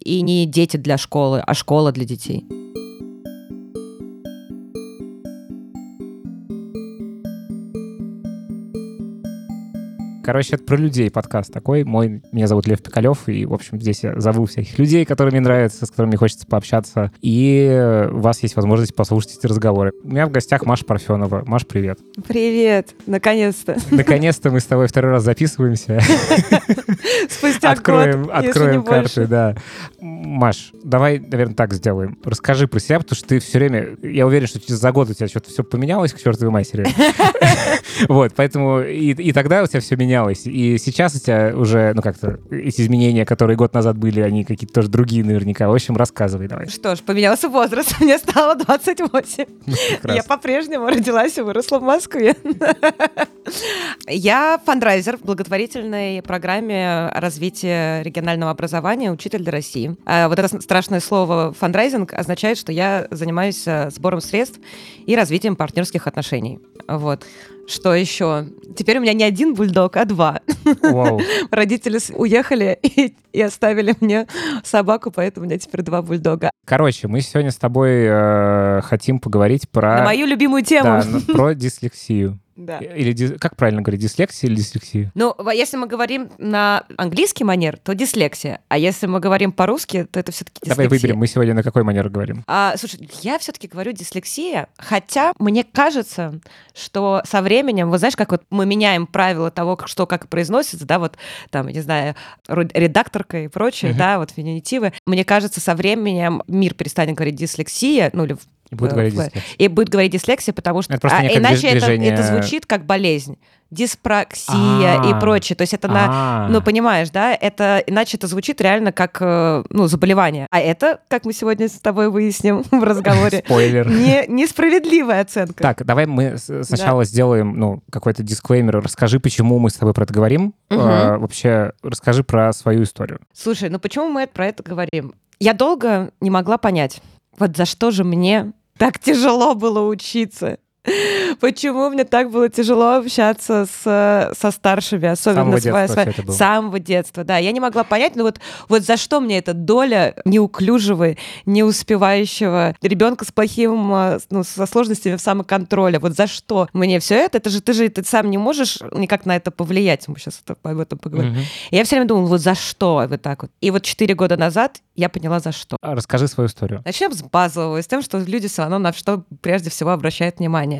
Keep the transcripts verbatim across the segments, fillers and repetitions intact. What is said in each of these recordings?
и не дети для школы, а школа для детей. Короче, это про людей подкаст такой. Мой, меня зовут Лев Пикалев, и, в общем, здесь я зову всяких людей, которые мне нравятся, с которыми мне хочется пообщаться, и у вас есть возможность послушать эти разговоры. У меня в гостях Маша Парфенова. Маш, привет. Привет, наконец-то. Наконец-то мы с тобой второй раз записываемся. Спустя откроем, год, Откроем карты, да. Маш, давай, наверное, так сделаем. Расскажи про себя, потому что ты все время... Я уверен, что за год у тебя что-то все поменялось к чертовой матери. Вот, поэтому и, и тогда у тебя все менялось. И сейчас у тебя уже, ну как-то, эти изменения, которые год назад были, они какие-то тоже другие наверняка. В общем, рассказывай давай. Что ж, поменялся возраст. Мне стало двадцать восемь. Я по-прежнему родилась и выросла в Москве. Я фандрайзер в благотворительной программе развития регионального образования «Учитель для России». Вот это страшное слово «фандрайзинг» означает, что я занимаюсь сбором средств и развитием партнерских отношений. Вот. Что еще? Теперь у меня не один бульдог, а два. Wow. Родители уехали и, и оставили мне собаку, поэтому у меня теперь два бульдога. Короче, мы сегодня с тобой э, хотим поговорить про... На мою любимую тему. Да, про дислексию. Да. Или дис... как правильно говорить, дислексия или дислексия? Ну, если мы говорим на английский манер, то дислексия. А если мы говорим по-русски, то это все-таки дислексия. Давай выберем, мы сегодня на какой манер говорим? А, слушай, я все-таки говорю дислексия, хотя мне кажется, что со временем, вот знаешь, как вот мы меняем правила того, что как произносится, да, вот там, не знаю, редакторка и прочее, uh-huh. да, вот феминитивы. Мне кажется, со временем мир перестанет говорить дислексия, ну или И будет говорить дислексия. И будет говорить дислексия, потому что а, иначе движение... это, это звучит как болезнь. Диспраксия А-а-а. и прочее. То есть это на... Ну, понимаешь, да? Это, иначе это звучит реально как ну, заболевание. А это, как мы сегодня с тобой выясним в разговоре, Спойлер. Не, несправедливая оценка. Так, давай мы сначала да. сделаем ну, какой-то дисклеймер. Расскажи, почему мы с тобой про это говорим. Угу. А, вообще, расскажи про свою историю. Слушай, ну почему мы про это говорим? Я долго не могла понять, вот за что же мне так тяжело было учиться. Почему мне так было тяжело общаться с, со старшими, особенно с самого детства, с самого детства, да. Я не могла понять, ну вот, вот за что мне эта доля неуклюжего, не успевающего ребенка с плохим, ну, со сложностями в самоконтроле, вот за что мне все это? Это же ты же ты сам не можешь никак на это повлиять, мы сейчас это, об этом поговорим. Mm-hmm. И я все время думала, вот за что вот так вот. И вот четыре года назад я поняла, за что. Расскажи свою историю. Начнем с базового, с тем, что люди все равно на что прежде всего обращают внимание.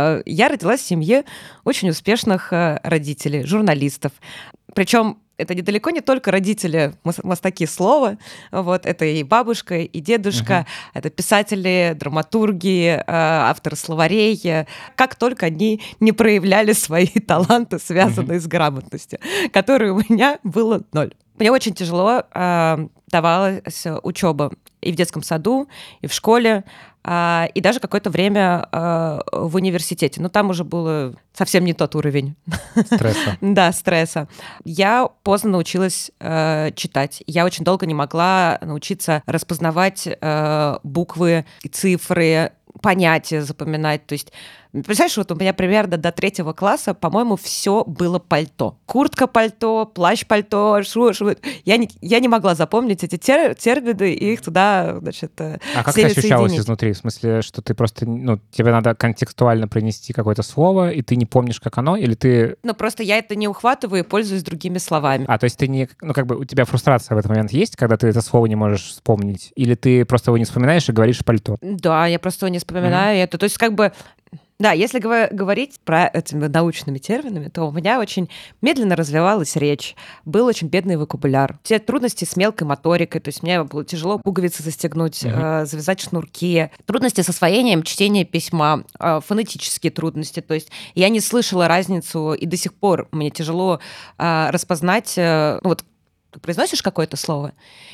Я родилась в семье очень успешных родителей, журналистов. Причем это недалеко не только родители мастаки слова, вот, это и бабушка, и дедушка, uh-huh. это писатели, драматурги, авторы словарей. Как только они не проявляли свои таланты, связанные uh-huh. с грамотностью, которые у меня было ноль. Мне очень тяжело э, давалась учеба и в детском саду, и в школе, э, и даже какое-то время э, в университете. Но там уже было совсем не тот уровень. Стресса. Да, стресса. Я поздно научилась э, читать. Я очень долго не могла научиться распознавать э, буквы, цифры, понятия запоминать. То есть, представляешь, вот у меня примерно до третьего класса, по-моему, все было пальто. Куртка пальто, плащ пальто, шу, шу. Я, не, я не могла запомнить эти тер, термины и их туда, значит, А как ты ощущалась изнутри? В смысле, что ты просто, ну, тебе надо контекстуально принести какое-то слово, и ты не помнишь, как оно, или ты... Ну, просто я это не ухватываю и пользуюсь другими словами. А, то есть ты не... Ну, как бы у тебя фрустрация в этот момент есть, когда ты это слово не можешь вспомнить? Или ты просто его не вспоминаешь и говоришь пальто? Да, я просто его не вспоминаю. Mm-hmm. Это, то есть как бы... Да, если говорить про этими научными терминами, то у меня очень медленно развивалась речь, был очень бедный вокабуляр. Все трудности с мелкой моторикой, то есть мне было тяжело пуговицы застегнуть, uh-huh. э, завязать шнурки. Трудности с освоением чтения письма, э, фонетические трудности. То есть я не слышала разницу, и до сих пор мне тяжело э, распознать... Э, вот ты произносишь какое-то слово,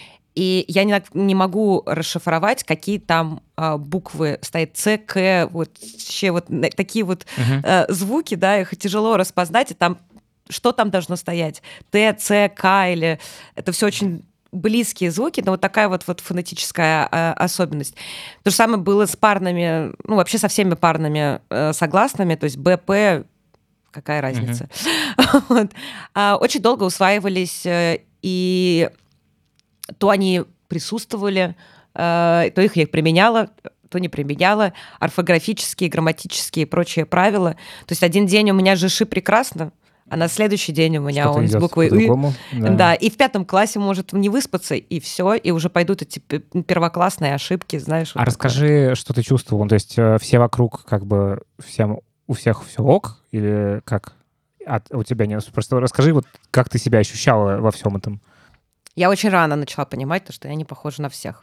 и я не, не могу расшифровать, какие там а, буквы стоят. Ц, К, вот вообще вот такие вот uh-huh. а, звуки, да, их тяжело распознать, и там что там должно стоять? Т, Ц, К, или... Это все очень близкие звуки, но вот такая вот, вот фонетическая а, особенность. То же самое было с парными, ну, вообще со всеми парными а, согласными, то есть Б, П, какая разница? Uh-huh. Вот. А, очень долго усваивались, и... то они присутствовали, э, то их я их применяла, то не применяла, орфографические, грамматические и прочие правила. То есть один день у меня жиши прекрасно, а на следующий день у меня Что-то он с идёт буквой по-другому, «ы». да. Да, и в пятом классе может не выспаться, и все, и уже пойдут эти п- первоклассные ошибки, знаешь. А вот такое. расскажи, что ты чувствовал. То есть э, все вокруг как бы всем, у всех все ок? Или как? А у тебя нет? Просто расскажи, вот как ты себя ощущала во всем этом. Я очень рано начала понимать, то, что я не похожа на всех.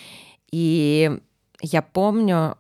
И я помню,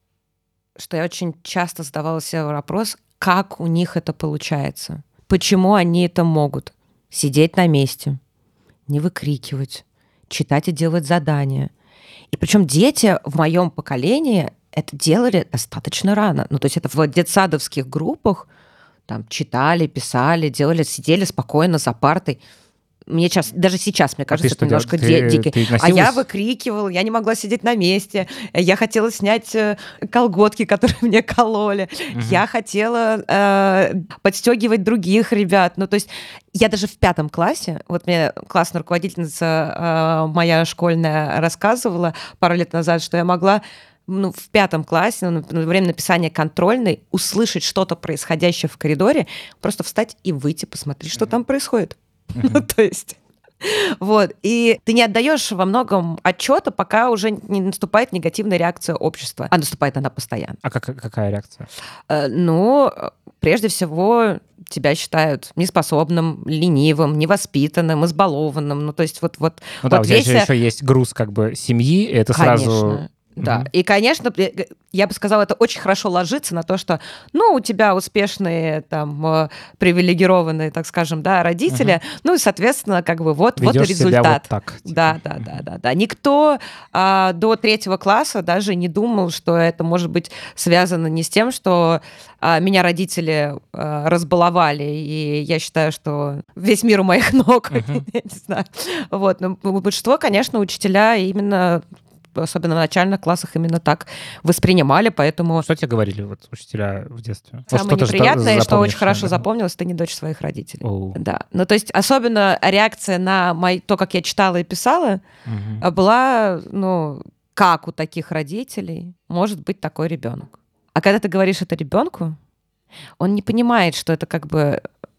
что я очень часто задавала себе вопрос, как у них это получается. Почему они это могут? Сидеть на месте, не выкрикивать, читать и делать задания. И причем дети в моем поколении это делали достаточно рано. Ну, то есть это в детсадовских группах там читали, писали, делали, сидели спокойно за партой. Мне сейчас, даже сейчас, мне кажется, ты что это немножко делала? ди- Ты- дикий. ты А я носилась? выкрикивала, я не могла сидеть на месте. Я хотела снять э, колготки, которые мне кололи. Мгм. Я хотела э, подстегивать других ребят. Ну, то есть я даже в пятом классе, вот мне классная руководительница э, моя школьная рассказывала пару лет назад, что я могла ну, в пятом классе, ну, во время написания контрольной, услышать что-то происходящее в коридоре, просто встать и выйти, посмотреть, что там происходит. Ну, то есть, вот. И ты не отдаешь во многом отчета, пока уже не наступает негативная реакция общества. А наступает она постоянно. А как- какая реакция? Э, Ну, прежде всего, тебя считают неспособным, ленивым, невоспитанным, избалованным. Ну, то есть вот, вот, Ну да, вот у тебя весь... еще, еще есть груз как бы семьи, и это Конечно. сразу... Да, Мгм. и, конечно, э, я бы сказала, это очень хорошо ложится на то, что, ну, у тебя успешные, там, э, привилегированные, так скажем, да, родители, ну, и, соответственно, как бы вот, вот и Ведёшь себя результат. вот так, типа. Да, да, да, да, да. Никто а, до третьего класса даже не думал, что это может быть связано не с тем, что а, меня родители а, разбаловали, и я считаю, что весь мир у моих ног, Мгм. я не знаю. Вот, но большинство, конечно, учителя именно особенно в начальных классах, именно так воспринимали, поэтому Что тебе говорили вот учителя в детстве? Вот самое что-то, неприятное, что очень запомнившее, хорошо да? запомнилось, ты не дочь своих родителей. Оу. Да. Ну, то есть особенно реакция на мои, то, как я читала и писала, Мгм. а, была, ну, как у таких родителей может быть такой ребенок. А когда ты говоришь это ребенку, он не понимает, что это как бы,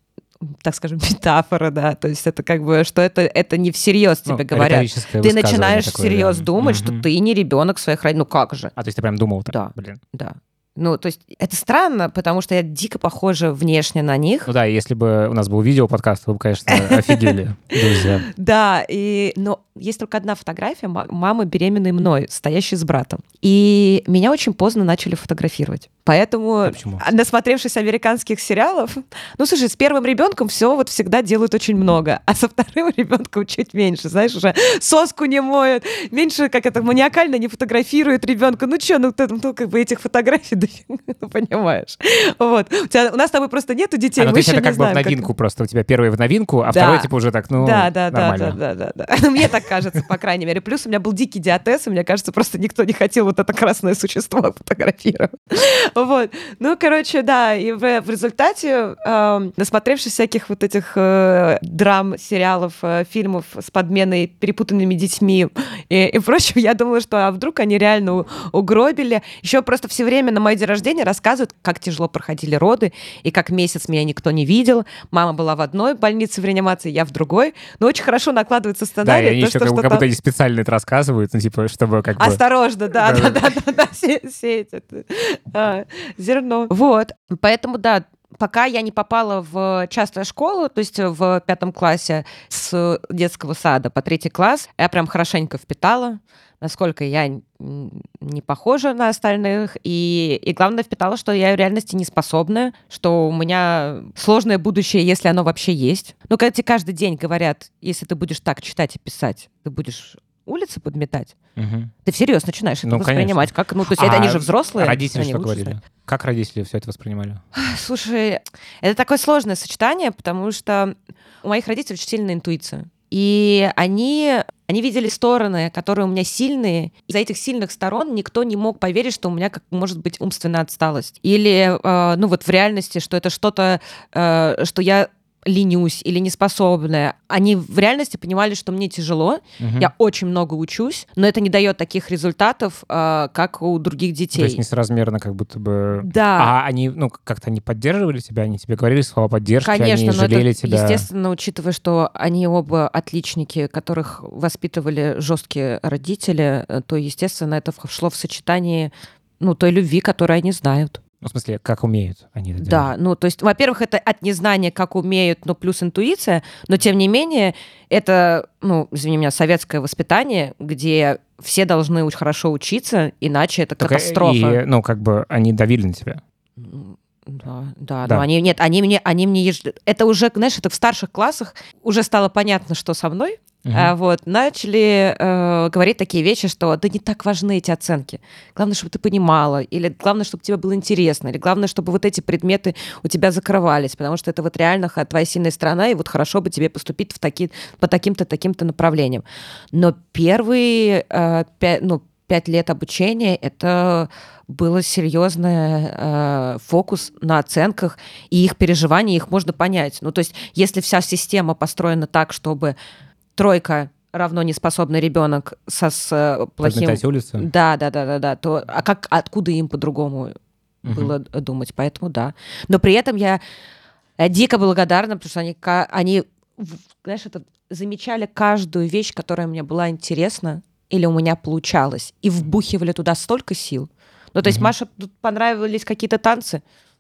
так скажем, метафора, да, то есть это как бы, что это, это не всерьез Ну, тебе говорят. риторическое Ты высказывание начинаешь такое, всерьез да. думать, что Мгм. ты не ребенок своих родителей. Ну как же? А, то есть ты прям думал так? Да. Блин. Да. Ну, то есть это странно, потому что я дико похожа внешне на них. Ну да, если бы у нас был видеоподкаст, вы бы, конечно, офигели, друзья. Да, и, но есть только одна фотография ма- мамы, беременной мной, стоящей с братом. И меня очень поздно начали фотографировать. Поэтому, А почему? а, насмотревшись американских сериалов, ну, слушай, с первым ребенком все вот всегда делают очень много, а со вторым ребенком чуть меньше, знаешь, уже соску не моют, меньше, как это, маниакально не фотографируют ребенка. Ну, что, ну, ты- ну, как бы этих фотографий, дофига, ну, понимаешь. Вот. У, тебя, у нас с тобой просто нету детей, А, ну, мы то есть еще это не как бы в знаем, как новинку просто. У тебя первый в новинку, а Да. второй типа уже так, ну, да, да, да, нормально. да, да, да, да. Мне так кажется, по крайней мере. Плюс у меня был дикий диатез, и мне кажется, просто никто не хотел вот это красное существо фотографировать. Вот. Ну, короче, да, и в, в результате, э, насмотревшись всяких вот этих э, драм, сериалов, э, фильмов с подменой, перепутанными детьми и, и прочим, я думала, что а вдруг они реально у- угробили. Еще просто все время на мой день рождения рассказывают, как тяжело проходили роды, и как месяц меня никто не видел. Мама была в одной больнице в реанимации, я в другой. Но очень хорошо накладывается Да, сценарий. и они то, еще что как, что-то- как будто они специально это рассказывают, ну, типа, чтобы как бы... Осторожно, да, да, Да-да-да. да, да, да, се- сеять это а, зерно. Вот, поэтому, да, пока я не попала в частную школу, то есть в пятом классе с детского сада по третий класс, я прям хорошенько впитала, насколько я н- не похожа на остальных, и, и главное, впитала, что я в реальности не способная, что у меня сложное будущее, если оно вообще есть. Ну, когда тебе каждый день говорят, если ты будешь так читать и писать, ты будешь улицы подметать, Мгм. ты всерьез начинаешь это Ну, воспринимать конечно. как, ну, то есть это А они же взрослые. родители они что лучше говорили? знают. Как родители все это воспринимали? Слушай, это такое сложное сочетание, потому что у моих родителей очень сильная интуиция. И они, они видели стороны, которые у меня сильные. Из-за этих сильных сторон никто не мог поверить, что у меня как может быть умственная отсталость. Или, э, ну вот в реальности, что это что-то, э, что я ленюсь или неспособная. Они в реальности понимали, что мне тяжело, угу. я очень много учусь, но это не дает таких результатов, э, как у других детей. То есть несоразмерно как будто бы... Да. А они, ну, как-то они поддерживали тебя, они тебе говорили слова поддержки, Конечно, они жалели это, тебя? Естественно, учитывая, что они оба отличники, которых воспитывали жесткие родители, то, естественно, это шло в сочетании, ну, той любви, которую они знают. Ну, в смысле, как умеют они это делать? Да, ну, то есть, во-первых, это от незнания, как умеют, но плюс интуиция, но, тем не менее, это, ну, извини меня, советское воспитание, где все должны хорошо учиться, иначе это так катастрофа. И, ну, как бы они давили на тебя. Да, да, да. но они, нет, они мне, они мне, еж... это уже, знаешь, это в старших классах уже стало понятно, что со мной, uh-huh. а, вот, начали э, говорить такие вещи, что да не так важны эти оценки, главное, чтобы ты понимала, или главное, чтобы тебе было интересно, или главное, чтобы вот эти предметы у тебя закрывались, потому что это вот реально твоя сильная сторона, и вот хорошо бы тебе поступить в таки... по таким-то, таким-то направлениям. Но первые, э, пя... ну, пять лет обучения, это было серьезный э, фокус на оценках, и их переживания, их можно понять. Ну, то есть, если вся система построена так, чтобы тройка равно неспособный ребенок со с плохим... Подметать улицу? Да, да, да, да, да. То, а как, откуда им по-другому uh-huh. было думать? Поэтому да. Но при этом я дико благодарна, потому что они, они знаешь, это, замечали каждую вещь, которая мне была интересна, или у меня получалось, и вбухивали туда столько сил. Ну, то есть, mm-hmm. Маше тут понравились какие-то танцы,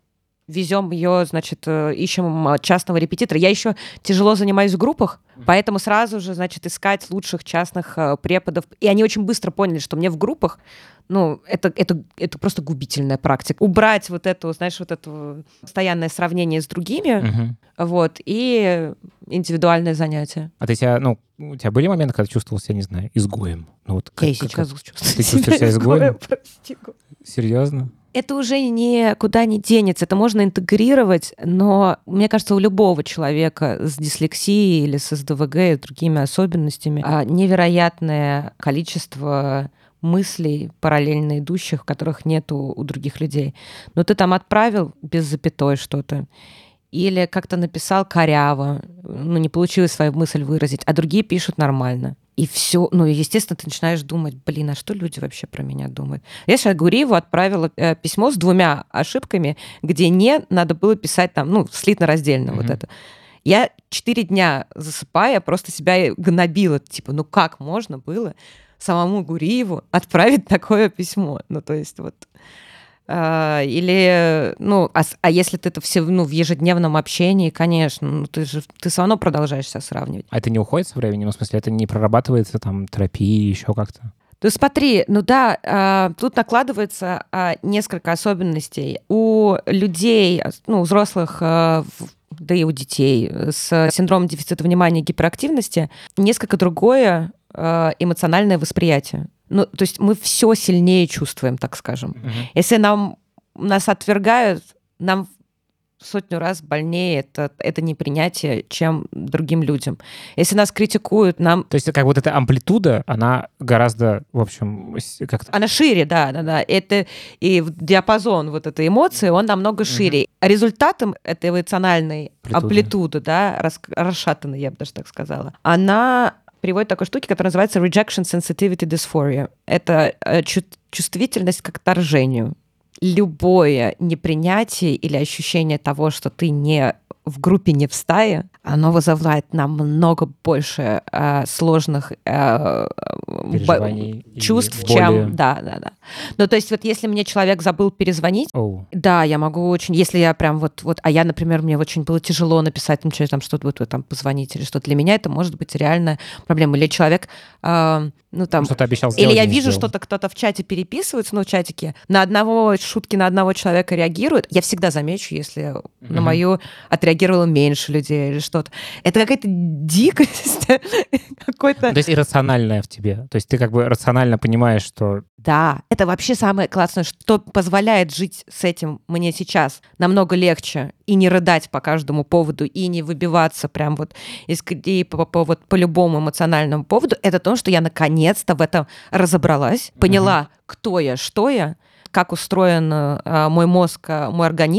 везем ее, значит, ищем частного репетитора. Я еще тяжело занимаюсь в группах, поэтому сразу же, значит, искать лучших частных преподов. И они очень быстро поняли, что мне в группах, ну, это, это, это просто губительная практика. Убрать вот это, знаешь, вот это постоянное сравнение с другими, угу. вот, и индивидуальное занятие. А ты себя, ну, у тебя были моменты, когда чувствовал себя, не знаю, изгоем? Ну, вот Я как, и сейчас как, чувствую ты чувствуешь себя изгоем? Прости. Серьезно? Это уже никуда не денется, это можно интегрировать, но мне кажется, у любого человека с дислексией или с эс дэ вэ гэ и другими особенностями невероятное количество мыслей, параллельно идущих, которых нету у других людей. Но ты там отправил без запятой что-то, или как-то написал коряво, ну, не получилось свою мысль выразить, а другие пишут нормально. И все, ну, естественно, ты начинаешь думать, блин, а что люди вообще про меня думают? Я сейчас Гуриеву отправила э, письмо с двумя ошибками, где не надо было писать там, ну, слитно-раздельно mm-hmm. вот это. Я четыре дня засыпая просто себя гнобила, типа, ну как можно было самому Гуриеву отправить такое письмо? Ну, то есть вот... Или, ну, а, а если ты это все, ну, в ежедневном общении, конечно, ну, ты же, ты все равно продолжаешь себя сравнивать. А это не уходит со временем? В смысле, это не прорабатывается, там, терапией, еще как-то? Ну, смотри, ну да, а, тут накладывается а, несколько особенностей. У людей, ну, у взрослых, а, да и у детей с синдромом дефицита внимания и гиперактивности несколько другое а, эмоциональное восприятие. Ну, то есть мы все сильнее чувствуем, так скажем. Uh-huh. Если нам, нас отвергают, нам в сотню раз больнее это, это непринятие, чем другим людям. Если нас критикуют, нам... То есть как вот эта амплитуда, она гораздо, в общем, как-то... Она шире, да, да, да. Это, и диапазон вот этой эмоции, он намного шире. Uh-huh. Результатом этой эмоциональной амплитуды, амплитуды да, рас, расшатанной, я бы даже так сказала, она... приводит к такой штуке, которая называется rejection sensitivity dysphoria. Это чу- чувствительность к отторжению. Любое непринятие или ощущение того, что ты не в группе, не в стае, оно вызывает намного больше э, сложных э, переживаний б- чувств, чем... Да, да, да. Ну, то есть вот если мне человек забыл перезвонить, oh. да, я могу очень... Если я прям вот... вот а я, например, мне очень было тяжело написать там, там что-то, вот, там, позвонить или что-то. Для меня это может быть реальная проблема. Или человек... Э, ну, там... Что-то обещал сделать, или я вижу, сделал. что-то кто-то в чате переписывается, ну, в чатике, на одного шутки на одного человека реагирует. Я всегда замечу, если uh-huh. на мою отреагировало меньше людей или что-то. Это какая-то дикость, какой-то... То есть иррациональное в тебе. То есть ты как бы рационально понимаешь, что... Да, это вообще самое классное, что позволяет жить с этим мне сейчас намного легче и не рыдать по каждому поводу, и не выбиваться прям вот из, и по, по, вот, по любому эмоциональному поводу, это то, что я наконец-то в этом разобралась, поняла, uh-huh. кто я, что я, как устроен э, мой мозг, э, мой организм,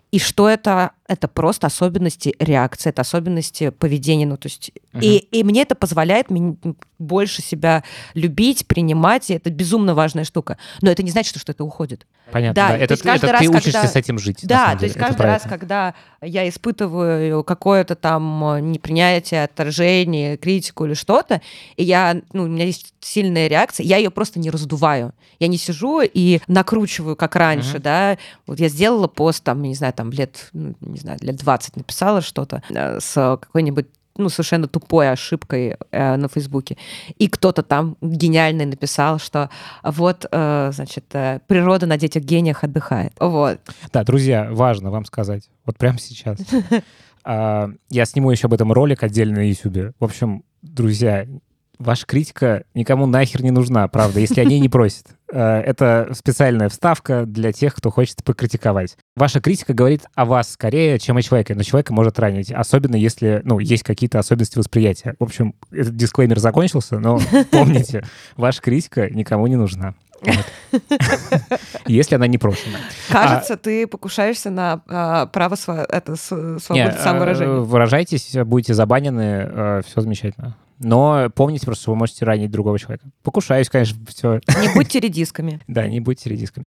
и что это, это просто особенности реакции, это особенности поведения. Ну, то есть, uh-huh. и, и мне это позволяет мне больше себя любить, принимать, и это безумно важная штука. Но это не значит, что это уходит. Понятно, да. да. Это, это раз, ты учишься когда... с этим жить. Да, то есть каждый раз, когда я испытываю какое-то там непринятие, отторжение, критику или что-то, и я, ну, у меня есть сильная реакция, я ее просто не раздуваю. Я не сижу и накручиваю, как раньше, uh-huh. да. Вот я сделала пост, там, не знаю, там лет, ну, не знаю, лет двадцать написала что-то с какой-нибудь ну, совершенно тупой ошибкой э, на Фейсбуке. И кто-то там гениальный написал, что вот, э, значит, э, природа на детях гениях отдыхает. Вот. Да, друзья, важно вам сказать. Вот прямо сейчас. Я сниму еще об этом ролик отдельно на YouTube. В общем, друзья, ваша критика никому нахер не нужна, правда, если они не просят. Это специальная вставка для тех, кто хочет покритиковать. Ваша критика говорит о вас скорее, чем о человеке, но человека может ранить, особенно если, ну, есть какие-то особенности восприятия. В общем, этот дисклеймер закончился, но помните, ваша критика никому не нужна. Вот. Если она не просена. Кажется, а, ты покушаешься на а, право сва- это, свободы самовыражения. Выражайтесь, будете забанены, а, все замечательно. Но помните просто, что вы можете ранить другого человека. Покушаюсь, конечно, все. Не будьте редисками. Да, не будьте редисками.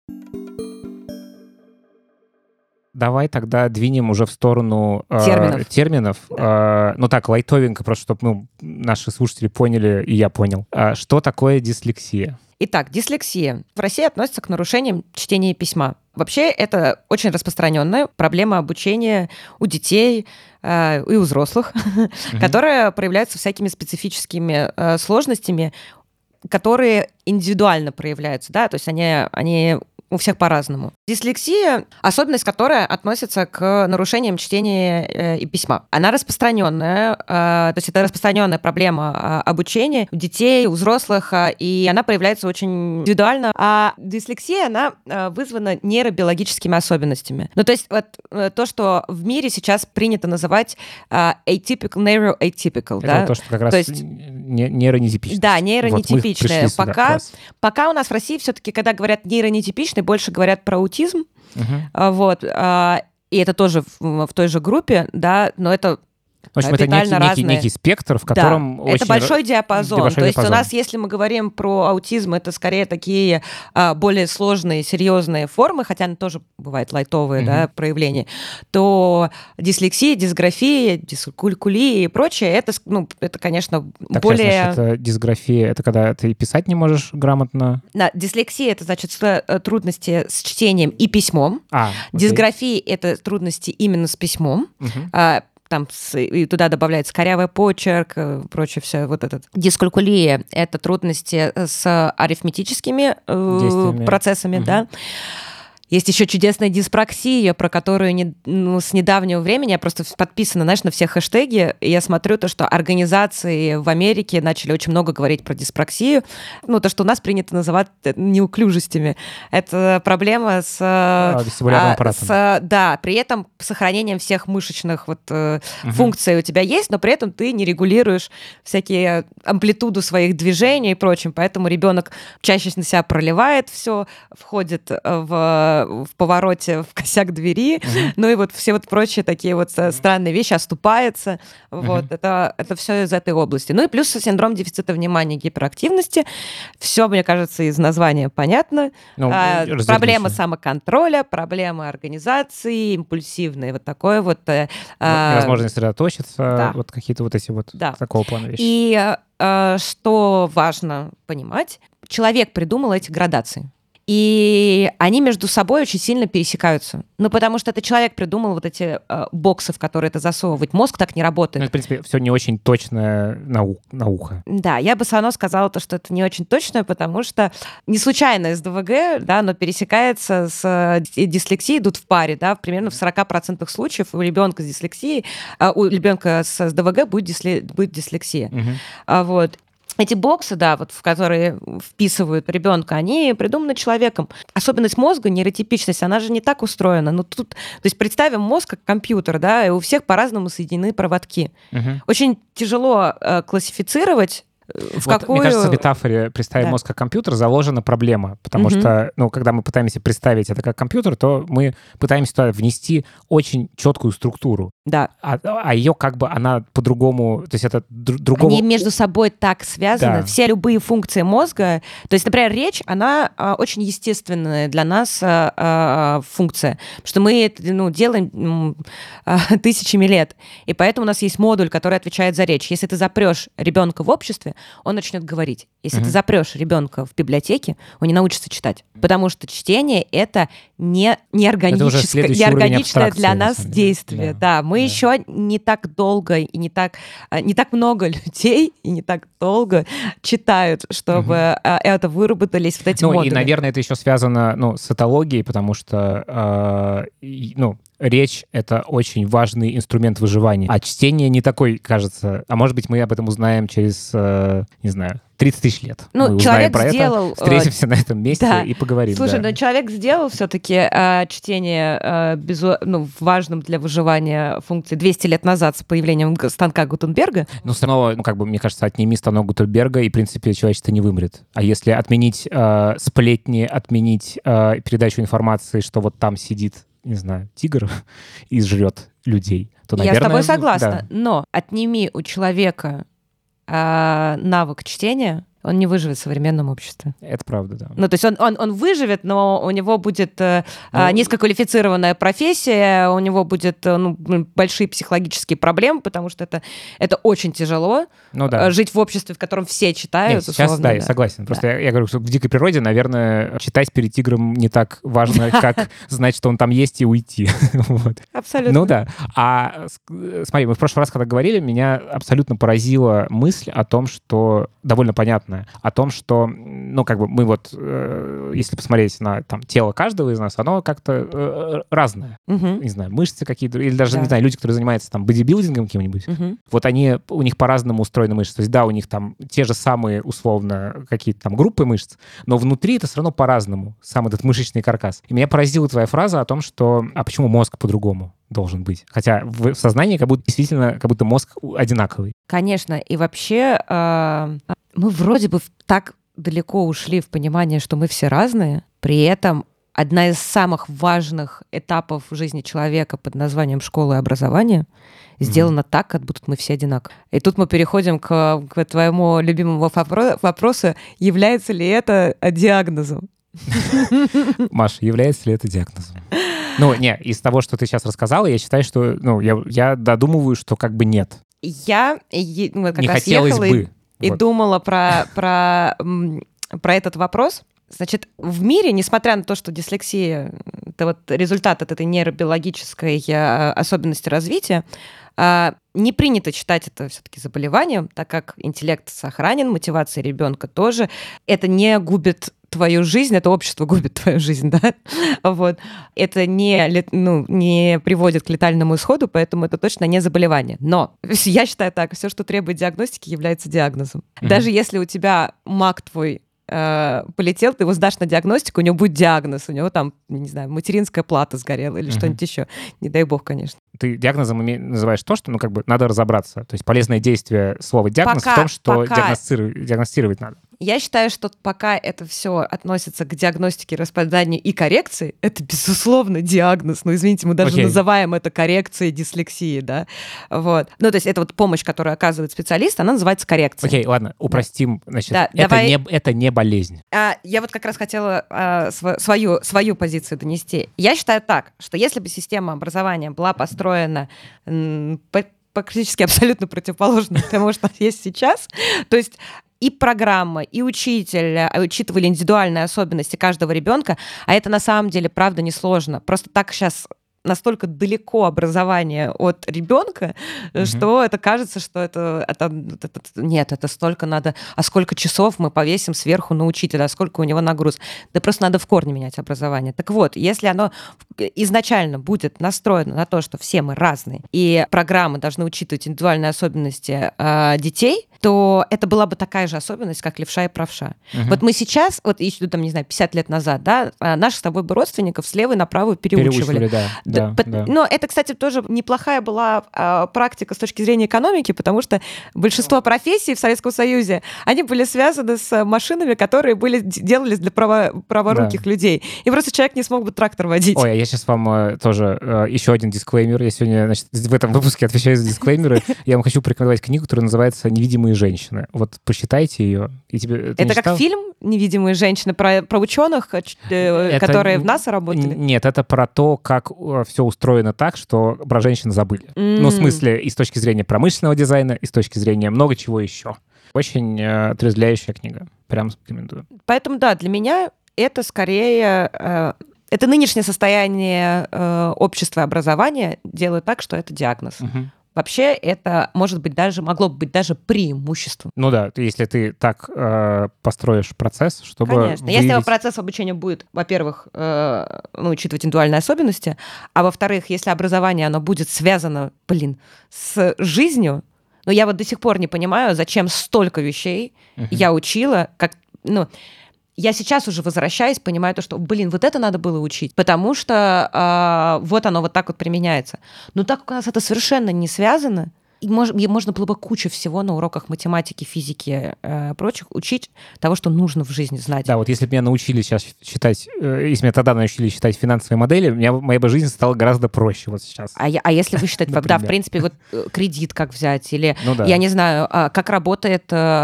Давай тогда двинем уже в сторону э, терминов. терминов. Да. Э, ну так, лайтовенько, просто чтобы ну, наши слушатели поняли, и я понял. А что такое дислексия? Итак, дислексия в России относится к нарушениям чтения письма. Вообще, это очень распространенная проблема обучения у детей э, и у взрослых, mm-hmm. которая проявляется всякими специфическими э, сложностями, которые индивидуально проявляются, да, то есть они, они у всех по-разному. Дислексия, особенность которой относится к нарушениям чтения э, и письма. Она распространенная, э, то есть это распространенная проблема э, обучения у детей, у взрослых, э, и она проявляется очень индивидуально. А дислексия, она э, вызвана нейробиологическими особенностями. Ну, то есть вот э, то, что в мире сейчас принято называть э, atypical, neuroatypical. Это да? вот то, что как раз то есть, не, нейронетипичное. Да, нейронетипичное. Вот пока, пока у нас в России все-таки, когда говорят нейронетипичный, больше говорят про аутизм, uh-huh. вот, и это тоже в, в той же группе, да, но это в общем, это некий, некий, некий спектр, в котором да, очень... это большой диапазон. Большой То есть диапазон. У нас, если мы говорим про аутизм, это скорее такие а, более сложные, серьезные формы, хотя они тоже бывают лайтовые, mm-hmm. да, проявления, то дислексия, дисграфия, дискалькулия и прочее, это, ну, это конечно, так, более... Сейчас, значит, это дисграфия, это когда ты писать не можешь грамотно? Да, дислексия — это, значит, трудности с чтением и письмом. А, дисграфия — это трудности именно с письмом. Mm-hmm. А, там с, и туда добавляется корявый почерк, прочее все вот этот. Дискалькулия — это трудности с арифметическими э, процессами, угу. да. Есть еще чудесная диспраксия, про которую не, ну, с недавнего времени я просто подписана, знаешь, на все хэштеги, и я смотрю то, что организации в Америке начали очень много говорить про диспраксию, ну, то, что у нас принято называть неуклюжестями. Это проблема с... А, вестибулярным аппаратом. С, да, при этом сохранением всех мышечных вот, угу. функций у тебя есть, но при этом ты не регулируешь всякие амплитуду своих движений и прочим, поэтому ребенок чаще на себя проливает все, входит в в повороте в косяк двери, uh-huh. ну и вот все вот прочие такие вот странные вещи, оступается. Uh-huh. Вот, это, это все из этой области. Ну и плюс синдром дефицита внимания и гиперактивности. Все, мне кажется, из названия понятно. Ну, а, проблема самоконтроля, проблемы организации, импульсивные, вот такое вот. А, невозможность сосредоточиться, да. вот какие-то вот эти вот да. такого плана вещи. И а, что важно понимать, человек придумал эти градации. И они между собой очень сильно пересекаются. Ну, потому что это человек придумал вот эти э, боксы, в которые это засовывать. Мозг так не работает. Ну, в принципе, все не очень точно на, у- на ухо. Да, я бы все равно сказала, то, что это не очень точно, потому что не случайно СДВГ, да, но пересекается с дислексией, идут в паре, да, примерно в сорок процентов случаев у ребенка с дислексией, э, у ребенка с СДВГ будет, дисле, будет дислексия. Угу. А, вот. Эти боксы, да, вот в которые вписывают ребенка, они придуманы человеком. Особенность мозга, нейротипичность, она же не так устроена. Ну, тут, то есть представим мозг как компьютер, да, и у всех по-разному соединены проводки. Uh-huh. Очень тяжело э, классифицировать в вот, какую... Мне кажется, в метафоре «представим Да. мозг как компьютер» заложена проблема, потому Мгм. что, ну, когда мы пытаемся представить это как компьютер, то мы пытаемся туда внести очень четкую структуру, Да. а, а ее как бы она по-другому, то есть это дру- другого... Они между собой так связаны. Да. Все любые функции мозга. То есть, например, речь, она а, очень естественная для нас а, а, функция. Потому что мы это ну, делаем м, а, тысячами лет. И поэтому у нас есть модуль, который отвечает за речь. Если ты запрешь ребенка в обществе, он начнет говорить. Если Мгм. ты запрешь ребенка в библиотеке, он не научится читать. Потому что чтение — это не, неорганическое, следующий уровень неорганичное для абстракции, на нас самом деле. действие. Да. Да, мы Да. еще не так долго и не так, а, не так много людей и не так долго читают, чтобы а, это выработались вот эти Ну, модули. и, наверное, это еще связано, ну, с этологией, потому что, э, и, ну, речь — это очень важный инструмент выживания. А чтение не такой, кажется. А может быть, мы об этом узнаем через, э, не знаю, тридцать тысяч лет. Ну, мы узнаем человек про сделал, это, встретимся на этом месте да. и поговорим. Слушай, да. ну человек сделал все-таки э, чтение э, безу... ну, важным для выживания функции двести лет назад с появлением г- станка Гутенберга. Ну, снова, ну, как бы, мне кажется, отними станок Гутенберга, и, в принципе, человечество не вымрет. А если отменить э, сплетни, отменить э, передачу информации, что вот там сидит, не знаю, тигр и жрет людей, то, Я наверное... с тобой согласна, да. но отними у человека э, навык чтения, он не выживет в современном обществе. Это правда, да. Ну, то есть он, он, он выживет, но у него будет э, Ну, низкоквалифицированная профессия, у него будет э, ну, большие психологические проблемы, потому что это, это очень тяжело Ну да. э, жить в обществе, в котором все читают. Нет, сейчас, условно, да, я согласен. Просто я, я говорю, что в дикой природе, наверное, читать перед тигром не так важно, как знать, что он там есть, и уйти. Вот. Абсолютно. Ну да. А с- смотри, мы в прошлый раз, когда говорили, меня абсолютно поразила мысль о том, что довольно понятная, о том, что, ну, как бы мы вот, э, если посмотреть на там тело каждого из нас, оно как-то э, разное. Мгм. Не знаю, мышцы какие-то, или даже, Да. не знаю, люди, которые занимаются там бодибилдингом каким-нибудь, Мгм. вот они, у них по-разному устроены мышцы. То есть, да, у них там те же самые, условно, какие-то там группы мышц, но внутри это все равно по-разному, сам этот мышечный каркас. И меня поразила твоя фраза о том, что, а почему мозг по-другому должен быть? Хотя в в сознании как будто действительно, как будто мозг одинаковый. Конечно. И вообще э, мы вроде бы в- так далеко ушли в понимание, что мы все разные, при этом одна из самых важных этапов в жизни человека под названием школа и образование сделана так, как будто мы все одинаковые. И тут мы переходим к, к твоему любимому вопро- вопросу, является ли это диагнозом? Маша, является ли это диагнозом? Ну, не, из того, что ты сейчас рассказала, я считаю, что, ну, я, я додумываю, что как бы нет. Я е- ну, как Не раз хотелось ехала и- бы. и Вот. думала про, про, м, про этот вопрос. Значит, в мире, несмотря на то, что дислексия — это вот результат от этой нейробиологической э, особенности развития, э, не принято считать это все-таки заболеванием, так как интеллект сохранен, мотивация ребенка тоже. Это не губит твою жизнь, это общество губит твою жизнь, да? Вот. Это не, лет- ну, не приводит к летальному исходу, поэтому это точно не заболевание. Но я считаю так, все, что требует диагностики, является диагнозом. Мгм. Даже если у тебя маг твой э, полетел, ты его сдашь на диагностику, у него будет диагноз, у него там, не знаю, материнская плата сгорела или Мгм. что-нибудь еще. Не дай бог, конечно. Ты диагнозом име- называешь то, что, ну, как бы надо разобраться. То есть полезное действие слова диагноз Пока- в том, что пока- диагностиру- диагностировать надо. Я считаю, что пока это все относится к диагностике, распозданию и коррекции, это, безусловно, диагноз. Ну, извините, мы даже Окей. называем это коррекцией дислексии, да. Вот. Ну, то есть это вот помощь, которую оказывает специалист, она называется коррекцией. Окей, ладно, упростим. Значит, Да, это, давай- не, это не болезнь. А, я вот как раз хотела а, св- свою, свою позицию донести. Я считаю так, что если бы система образования была построена м, по- практически абсолютно противоположно тому, что есть сейчас, то есть и программа, и учитель а, учитывали индивидуальные особенности каждого ребенка, а это на самом деле, правда, несложно. Просто так сейчас настолько далеко образование от ребенка, Мгм. что это кажется, что это, это, это- это- нет, это столько надо, а сколько часов мы повесим сверху на учителя, а сколько у него нагруз. Да просто надо в корне менять образование. Так вот, если оно изначально будет настроено на то, что все мы разные, и программы должны учитывать индивидуальные особенности э, детей, то это была бы такая же особенность, как левша и правша. Угу. Вот мы сейчас, вот еще, там, не знаю, пятьдесят лет назад, да, наших с тобой бы родственников с левой направо переучивали. Переучивали, да. да, да, да. Но это, кстати, тоже неплохая была а, практика с точки зрения экономики, потому что большинство профессий в Советском Союзе, они были связаны с машинами, которые были, делались для право, праворуких да. людей. И просто человек не смог бы трактор водить. Ой, а я сейчас вам э, тоже э, еще один дисклеймер. Я сегодня, значит, в этом выпуске отвечаю за дисклеймеры. Я вам хочу порекомендовать книгу, которая называется «Невидимые женщины». Вот почитайте ее. И тебе, это как фильм «Невидимые женщины» про, про ученых, это, которые в НАСА работали? Нет, это про то, как все устроено так, что про женщин забыли. Mm. Ну, в смысле, и с точки зрения промышленного дизайна, и с точки зрения много чего еще. Очень э, отрезвляющая книга. Прям рекомендую. Поэтому, да, для меня это скорее... Э, это нынешнее состояние э, общества и образования делает так, что это диагноз. Uh-huh. Вообще это может быть даже, могло бы быть даже преимуществом. Ну да, если ты так э, построишь процесс, чтобы Конечно. выявить... Если процесс обучения будет, во-первых, э, ну, учитывать индивидуальные особенности, а во-вторых, если образование, оно будет связано, блин, с жизнью, но я вот до сих пор не понимаю, зачем столько вещей uh-huh. я учила, как, ну... Я сейчас уже возвращаюсь, понимаю то, что, блин, вот это надо было учить, потому что э, вот оно вот так вот применяется. Но так как у нас это совершенно не связано, и мож, и можно было бы кучу всего на уроках математики, физики э, прочих учить того, что нужно в жизни знать. Да, вот если бы меня научили сейчас считать, э, если меня тогда научили считать финансовые модели, у меня, моя бы жизнь стала гораздо проще вот сейчас. А, я, а если вы считаете, да, в принципе, вот кредит как взять, или, ну, да. я не знаю, как работает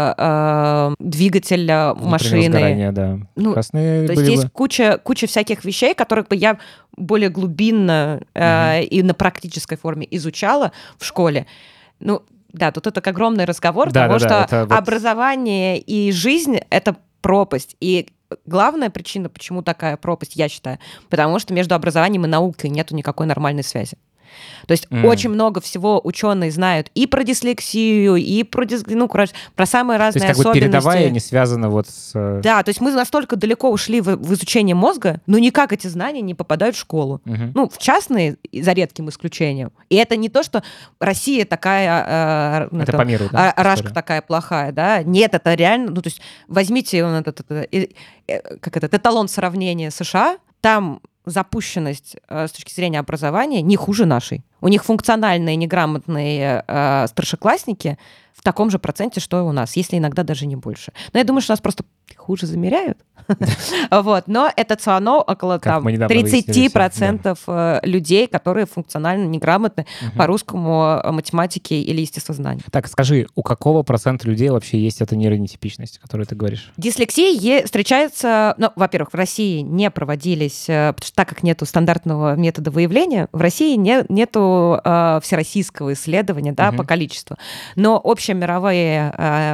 э, двигатель машины. Сгорания, да. Ну, то есть есть куча, куча всяких вещей, которых бы я более глубинно э, угу. и на практической форме изучала в школе. Ну, да, тут это огромный разговор, да, потому да, что да, вот... образование и жизнь — это пропасть. И главная причина, почему такая пропасть, я считаю, потому что между образованием и наукой нету никакой нормальной связи. То есть mm. очень много всего ученые знают и про дислексию, и про, дис... ну, короче, про самые разные особенности. То есть как бы передовая не связана вот с... Да, то есть мы настолько далеко ушли в, в изучение мозга, но никак эти знания не попадают в школу. Uh-huh. Ну, в частные, за редким исключением. И это не то, что Россия такая... Э, это по миру, да? Рашка история. Такая плохая, да? Нет, это реально... Ну, то есть возьмите этот, этот, этот, как этот эталон сравнения США, там... запущенность э, с точки зрения образования не хуже нашей. У них функциональные, неграмотные э, старшеклассники в таком же проценте, что и у нас, если иногда даже не больше. Но я думаю, что нас просто хуже замеряют. Вот. Но это все равно около там, тридцать процентов да. людей, которые функционально неграмотны угу. по русскому, математике или естествознанию. Так, скажи, у какого процента людей вообще есть эта нейронетипичность, о которой ты говоришь? Дислексия встречается... Ну, во-первых, в России не проводились, потому что так как нету стандартного метода выявления, в России не, нету э, всероссийского исследования да, угу. по количеству. Но общемировые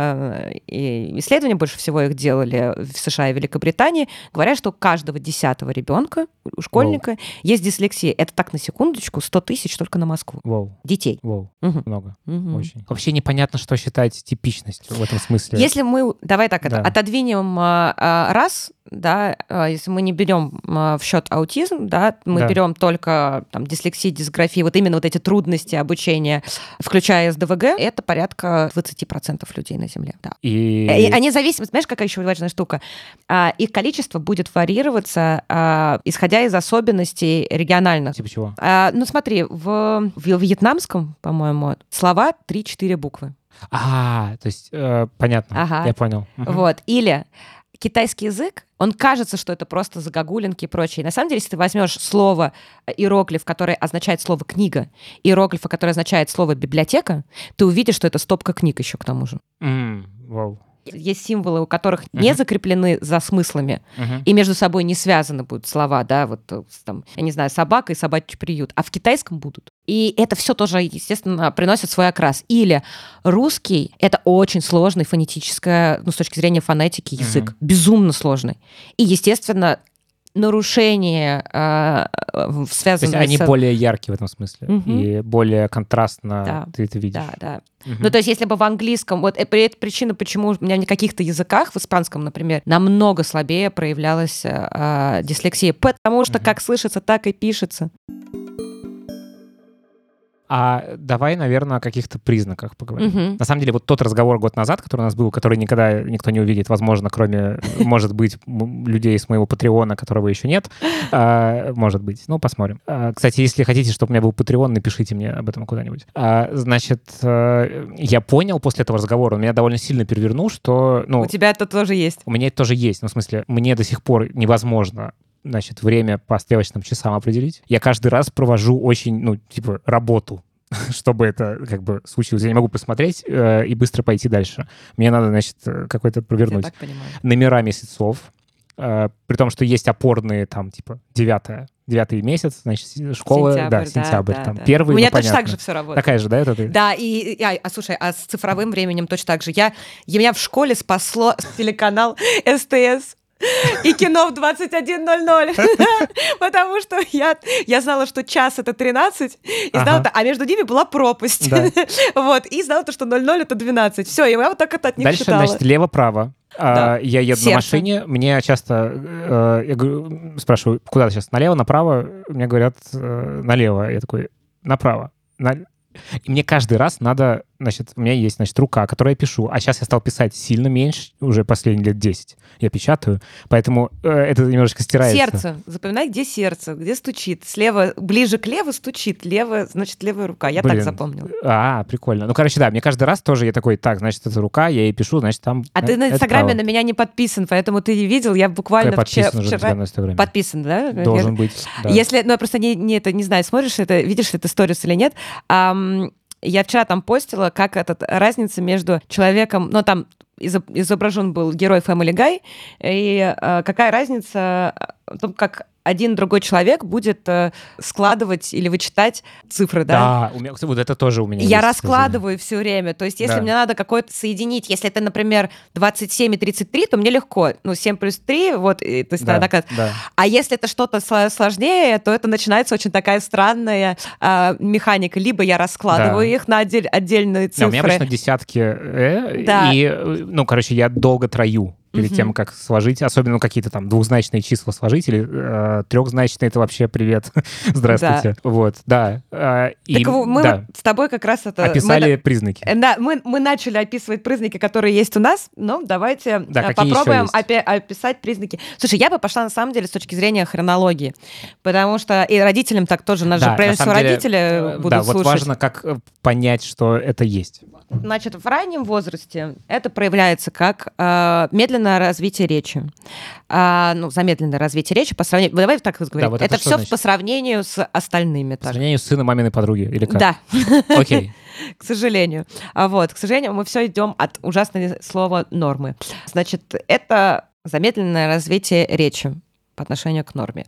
э, исследования, больше всего их делали в США и Великобритании, говорят, что у каждого десятого ребенка, у школьника, Воу. есть дислексия. Это так, на секундочку, сто тысяч только на Москву. Воу. Детей. Воу. Угу. Много. Угу. Очень. Вообще непонятно, что считать типичностью в этом смысле. Если мы, давай так, да. это, отодвинем а, а, раз, да, а, если мы не берем а, в счет аутизм, да, мы да. берем только там, дислексию, дисграфию, вот именно вот эти трудности обучения, включая эс дэ вэ гэ, это порядка двадцать процентов людей на Земле. Да. И... И они зависимы, знаешь, какая еще важная штука? А, их количество будет варьироваться, а, исходя из особенностей региональных. Типа чего? А, ну смотри, в, в вьетнамском, по-моему, слова три-четыре буквы. А, то есть, э, понятно, ага. я понял. Угу. Вот, или китайский язык, он кажется, что это просто загогулинки и прочее. На самом деле, если ты возьмешь слово иероглиф, который означает слово «книга», и иероглифа, который означает слово «библиотека», ты увидишь, что это стопка книг еще к тому же. Mm, wow. Есть символы, у которых uh-huh. не закреплены за смыслами, uh-huh. и между собой не связаны будут слова, да, вот там, я не знаю, собака и собачий приют, а в китайском будут. И это все тоже, естественно, приносит свой окрас. Или русский — это очень сложный фонетическое, ну, с точки зрения фонетики, язык, uh-huh. безумно сложный. И, естественно, нарушения, э, связанные То есть они с... более яркие в этом смысле, угу. и более контрастно да. ты это видишь. Да, да. Угу. Ну, то есть если бы в английском... Вот это причина, почему у меня в каких-то языках, в испанском, например, намного слабее проявлялась э, дислексия, потому что угу. как слышится, так и пишется. А давай, наверное, о каких-то признаках поговорим. Мгм. На самом деле, вот тот разговор год назад, который у нас был, который никогда никто не увидит, возможно, кроме, может быть, м, людей с моего Патреона, которого еще нет. А, может быть. Ну, посмотрим. А, кстати, если хотите, чтобы у меня был Патреон, напишите мне об этом куда-нибудь. А, значит, э, я понял после этого разговора, он меня довольно сильно перевернул, что... Ну, У тебя это тоже есть. у меня это тоже есть. Ну, в смысле, мне до сих пор невозможно, значит, время по стрелочным часам определить. Я каждый раз провожу очень, ну, типа, работу, чтобы это как бы случилось. Я не могу посмотреть э, и быстро пойти дальше. Мне надо, значит, э, какой-то Я провернуть. так понимаю. Номера месяцев, э, при том, что есть опорные, там, типа, девятое, девятый месяц, значит, школа, Сентябрь, да, да, сентябрь, да, там, да. первый, У меня ну, точно так понятно. же все работает. Такая же, да, это ты? Да, и, и- а, а, слушай, а с цифровым временем точно так же. Я, я меня в школе спасло телеканал СТС и кино в двадцать один ноль ноль, потому что я, я знала, что час — это тринадцать, и знала, Ага. то- а между ними была пропасть. Да. Вот, и знала, то, что ноль ноль — это двенадцать. Все, и я вот так это от них Дальше, читала. значит, лево-право. А, Да. я еду Сердце. на машине, мне часто, э, я говорю, спрашиваю, куда ты сейчас, налево, направо? Мне говорят, э, налево. Я такой, направо. На- И мне каждый раз надо, значит, у меня есть, значит, рука, которой я пишу, а сейчас я стал писать сильно меньше, уже последние лет десять я печатаю, поэтому э, это немножечко стирается. Сердце. Запоминай, где сердце, где стучит. Слева, ближе к леву стучит, лево, значит, левая рука. Я Блин. так запомнила. А, прикольно. Ну, короче, да, мне каждый раз тоже я такой, так, значит, это рука, я ей пишу, значит, там... А э, ты на это Инстаграме право. на меня не подписан, поэтому ты не видел. Я буквально Я вчера... подписан уже на тебя вчера... на Инстаграме. Подписан, да? Должен быть, да. Если, ну, я просто не, не, это, не знаю, смотришь это, видишь это сторис или нет. Ам, я вчера там постила, как этот, разница между человеком, ну, там изо- изображен был герой Family Guy, и э, какая разница в том, как один другой человек будет э, складывать или вычитать цифры, да? Да, у меня, кстати, вот это тоже у меня Я есть, раскладываю все время. То есть, если Да. мне надо какое-то соединить, если это, например, двадцать семь и тридцать три, то мне легко. Ну, семь плюс три, вот, и, то есть, Да, она такая- да. а если это что-то сло- сложнее, то это начинается очень такая странная а, механика. Либо я раскладываю Да. их на отдель- отдельные Не, цифры. у меня обычно десятки, э, Да. и, э, ну, короче, я долго трою перед Мгм. тем, как сложить, особенно ну, какие-то там двухзначные числа сложить, или э, трехзначные, это вообще привет, здравствуйте. Вот, да. э, и, Так в- мы да, вот с тобой как раз это... мы описали на- признаки. э, Да, мы, мы начали описывать признаки, которые есть у нас, но давайте Да, э, какие еще попробуем есть? опи- описать признаки. Слушай, я бы пошла на самом деле с точки зрения хронологии, потому что и родителям так тоже, нас Да, же на прежде всего самом деле, родители э, будут Да, вот слушать. важно, как э, понять, что это есть. Значит, в раннем возрасте это проявляется как э, медленное развитие речи. А, ну, замедленное развитие речи по сравнению... Давай так вот говорить. вот это это что все значит? по сравнению с остальными. По так. сравнению с сыном маминой подруги, или как? Да, Окей. к сожалению. А вот, к сожалению, мы все идем от ужасного слова нормы. Значит, это замедленное развитие речи по отношению к норме.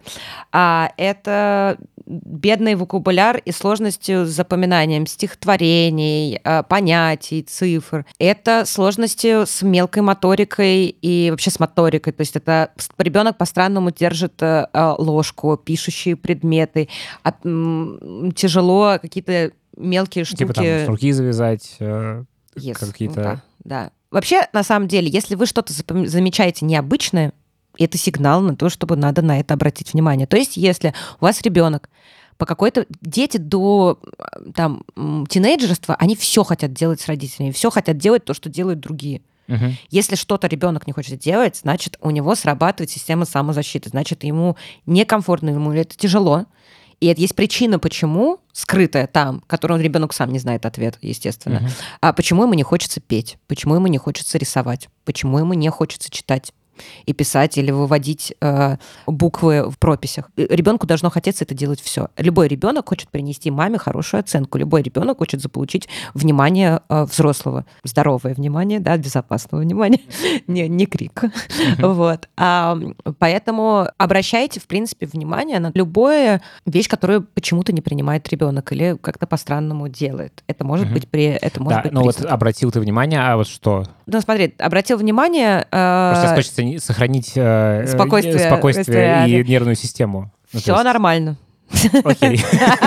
А это бедный вокабуляр и сложностью с запоминанием стихотворений, а, понятий, цифр. Это сложностью с мелкой моторикой и вообще с моторикой. То есть это ребенок по-странному держит а, а, ложку, пишущие предметы, а, м, тяжело какие-то мелкие штуки. Типа там с руки завязать, э, Yes, какие-то... ну да, да. Вообще, на самом деле, если вы что-то запом- замечаете необычное, это сигнал на то, чтобы надо на это обратить внимание. То есть, если у вас ребенок по какой-то... Дети до э, там, м, тинейджерства, они все хотят делать с родителями, все хотят делать то, что делают другие. Мгм. Если что-то ребенок не хочет делать, значит, у него срабатывает система самозащиты, значит, ему некомфортно, ему это тяжело. И это есть причина, почему, скрытая там, которую ребенок сам не знает ответ, естественно. Мгм. А почему ему не хочется петь? Почему ему не хочется рисовать? Почему ему не хочется читать и писать или выводить э, буквы в прописях? Ребенку должно хотеться это делать все. Любой ребенок хочет принести маме хорошую оценку. Любой ребенок хочет заполучить внимание э, взрослого, здоровое внимание, да, безопасного внимания, не, не крик. Вот. А, поэтому обращайте, в принципе, внимание на любую вещь, которую почему-то не принимает ребенок или как-то по-странному делает. Это может Мгм. быть при, это может Да, быть ну вот признак. обратил ты внимание, а вот что? Ну, смотри, обратил внимание. Просто э, хочется не- сохранить э, Спокойствие, э, спокойствие реально. и нервную систему. Ну, то все есть- нормально. Окей.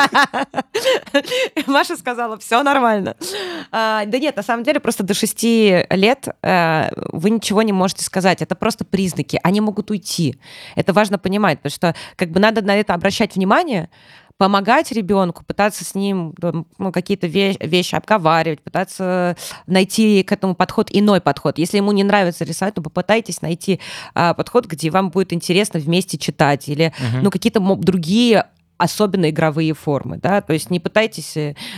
Маша сказала, все нормально. А, да нет, на самом деле просто до шести лет э, вы ничего не можете сказать. Это просто признаки. Они могут уйти. Это важно понимать, потому что как бы надо на это обращать внимание, помогать ребенку, пытаться с ним ну, какие-то вещи, вещи обговаривать, пытаться найти к этому подход, иной подход. Если ему не нравится рисовать, то попытайтесь найти а, подход, где вам будет интересно вместе читать, или uh-huh. ну, какие-то другие особенно игровые формы, да, то есть не пытайтесь,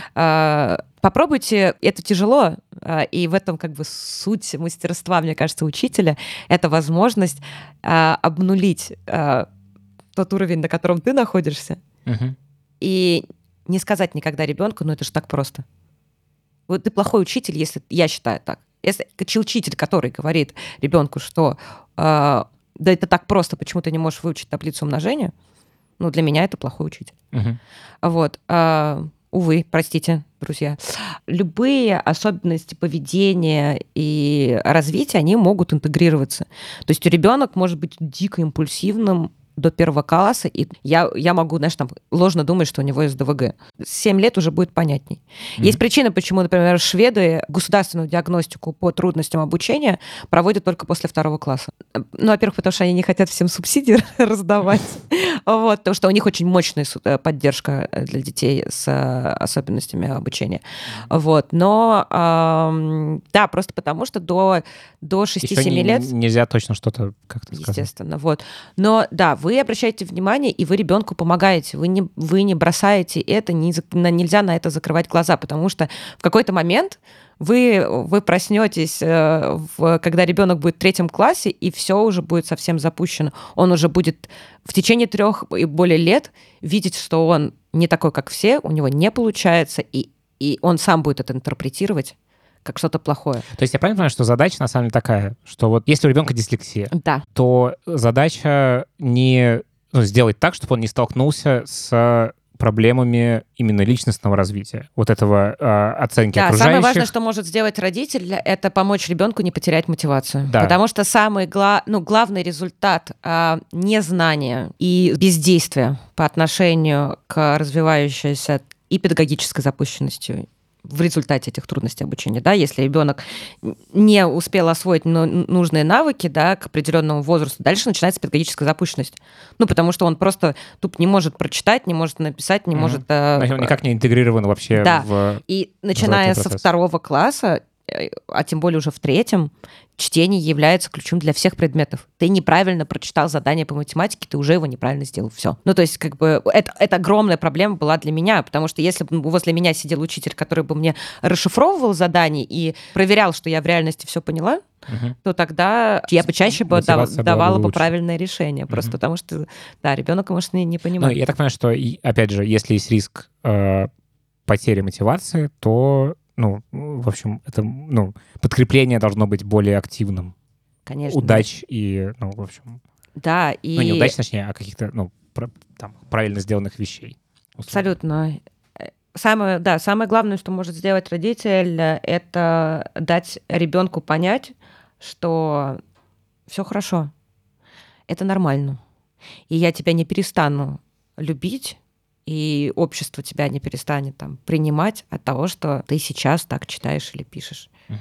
э, попробуйте, это тяжело, э, и в этом как бы суть мастерства, мне кажется, учителя, это возможность э, обнулить э, тот уровень, на котором ты находишься, uh-huh. и не сказать никогда ребенку, ну это же так просто. Вот ты плохой учитель, если, я считаю так, если учитель, который говорит ребенку, что э, да это так просто, почему ты не можешь выучить таблицу умножения, ну, для меня это плохой учитель. Uh-huh. Вот. А, увы, простите, друзья. Любые особенности поведения и развития, они могут интегрироваться. То есть ребенок может быть дико импульсивным до первого класса, и я, я могу, знаешь, там, ложно думать, что у него есть ДВГ. семь лет уже будет понятней. Mm-hmm. Есть причина, почему, например, шведы государственную диагностику по трудностям обучения проводят только после второго класса. Ну, во-первых, потому что они не хотят всем субсидии раздавать, вот, потому что у них очень мощная поддержка для детей с особенностями обучения. Вот, но, да, просто потому что до, до шести-семи лет... Нельзя точно что-то как-то сказать. Естественно, вот. Но, да, вы обращаете внимание, и вы ребенку помогаете. Вы не, вы не бросаете это, не, нельзя на это закрывать глаза, потому что в какой-то момент вы, вы проснетесь, э, в, когда ребенок будет в третьем классе, и все уже будет совсем запущено. Он уже будет в течение трех и более лет видеть, что он не такой, как все, у него не получается, и, и он сам будет это интерпретировать как что-то плохое. То есть я правильно понимаю, что задача на самом деле такая, что вот если у ребенка дислексия, да. то задача не ну, сделать так, чтобы он не столкнулся с проблемами именно личностного развития, вот этого э, оценки да, окружающих. Самое важное, что может сделать родитель, это помочь ребенку не потерять мотивацию. Да. Потому что самый гла... ну, главный результат э, незнания и бездействия по отношению к развивающейся и педагогической запущенности в результате этих трудностей обучения, да, если ребенок не успел освоить нужные навыки, да, к определенному возрасту, дальше начинается педагогическая запущенность. Ну, потому что он просто тупо не может прочитать, не может написать, не mm-hmm. может... Э, он никак не интегрирован вообще да. в... И начиная со второго класса, а тем более уже в третьем, чтение является ключом для всех предметов. Ты неправильно прочитал задание по математике, ты уже его неправильно сделал. Все. Ну, то есть, как бы, это, это огромная проблема была для меня, потому что если бы возле меня сидел учитель, который бы мне расшифровывал задание и проверял, что я в реальности все поняла, угу. то тогда я бы чаще бы дав, давала бы правильное решение. Просто угу. потому что, да, ребенок, может, не, не понимает. Ну, я так понимаю, что, опять же, если есть риск э, потери мотивации, то ну, в общем, это, ну, подкрепление должно быть более активным. Конечно. Удач и, ну, в общем... Да, и... Ну, не удач, точнее, а каких-то, ну, про, там, правильно сделанных вещей. Условно. Абсолютно. Самое, да, самое главное, что может сделать родитель, это дать ребенку понять, что все хорошо, это нормально, и я тебя не перестану любить, и общество тебя не перестанет там принимать от того, что ты сейчас так читаешь или пишешь. Угу.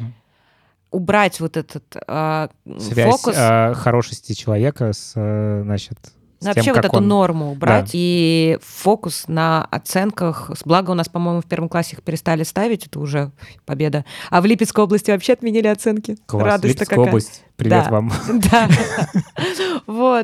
Убрать вот этот э, связь, фокус... Э, хорошести человека с, э, значит... С Вообще тем, вот эту он... норму убрать да. и фокус на оценках. Благо у нас, по-моему, в первом классе их перестали ставить, это уже победа. А в Липецкой области вообще отменили оценки. Класс, Радость-то Липецкая какая. область, привет да. вам. Да, вот.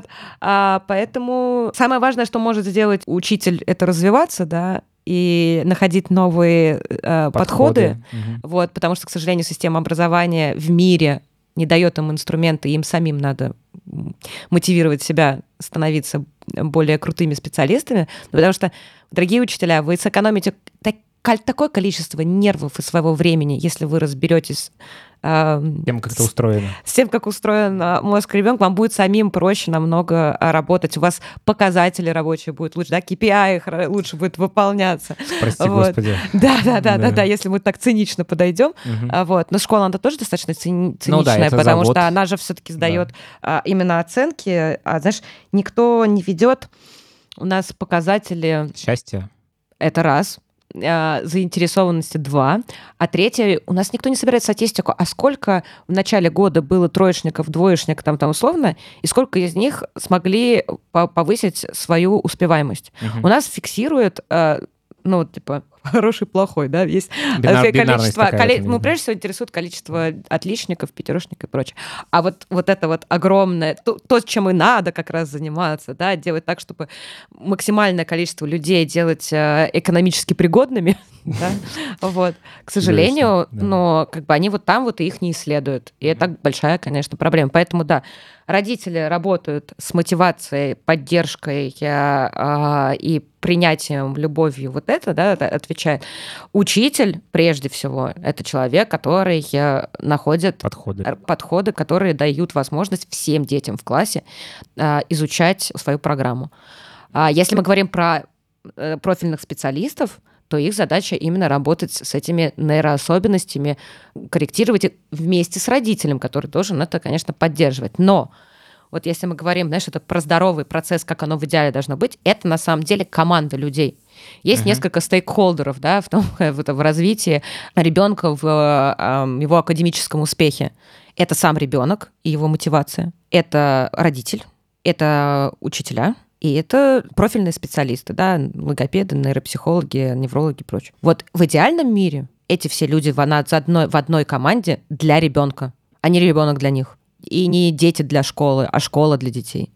Поэтому самое важное, что может сделать учитель, это развиваться, да, и находить новые подходы. Вот, потому что, к сожалению, система образования в мире не дает им инструменты, им самим надо мотивировать себя становиться более крутыми специалистами, потому что, дорогие учителя, вы сэкономите так, такое количество нервов и своего времени, если вы разберетесь э, тем, как это устроено. С тем, как устроен мозг ребенка, вам будет самим проще намного работать. У вас показатели рабочие будут лучше, да, кей пи ай лучше будет выполняться. Прости, вот. Господи. Да, да, да, да, да, если мы так цинично подойдем. Угу. Вот. Но школа, она тоже достаточно цини- циничная, ну, да, потому завод. Что она же все-таки сдает да. именно оценки. А, знаешь, никто не ведет у нас показатели... Счастья. Это раз. э, заинтересованности два, а третье, у нас никто не собирает статистику, а сколько в начале года было троечников, двоечников, там, там условно, и сколько из них смогли повысить свою успеваемость. Угу. У нас фиксирует, э, ну, типа, хороший, плохой, да, есть Бинар, количество, коле... вот, ну, прежде всего интересует количество отличников, пятерошников и прочее. А вот, вот это вот огромное, то, то, чем и надо как раз заниматься, да, делать так, чтобы максимальное количество людей делать э, экономически пригодными, да, вот. К сожалению, но как бы они вот там вот и их не исследуют. И это большая, конечно, проблема. Поэтому, да, родители работают с мотивацией, поддержкой и принятием, любовью, вот это, да, отвечает. Учитель, прежде всего, это человек, который находит подходы, подходы которые дают возможность всем детям в классе изучать свою программу. Если мы говорим про профильных специалистов, то их задача именно работать с этими нейроособенностями, корректировать их вместе с родителем, который должен это, конечно, поддерживать. Но вот если мы говорим, знаешь, это про здоровый процесс, как оно в идеале должно быть, это на самом деле команда людей. Есть uh-huh. несколько стейкхолдеров, да, в, том, в, в развитии ребенка, в э, его академическом успехе. Это сам ребенок и его мотивация. Это родитель, это учителя, и это профильные специалисты, да, логопеды, нейропсихологи, неврологи и прочее. Вот в идеальном мире эти все люди в одной, в одной команде для ребенка, а не ребенок для них. И не дети для школы, а школа для детей.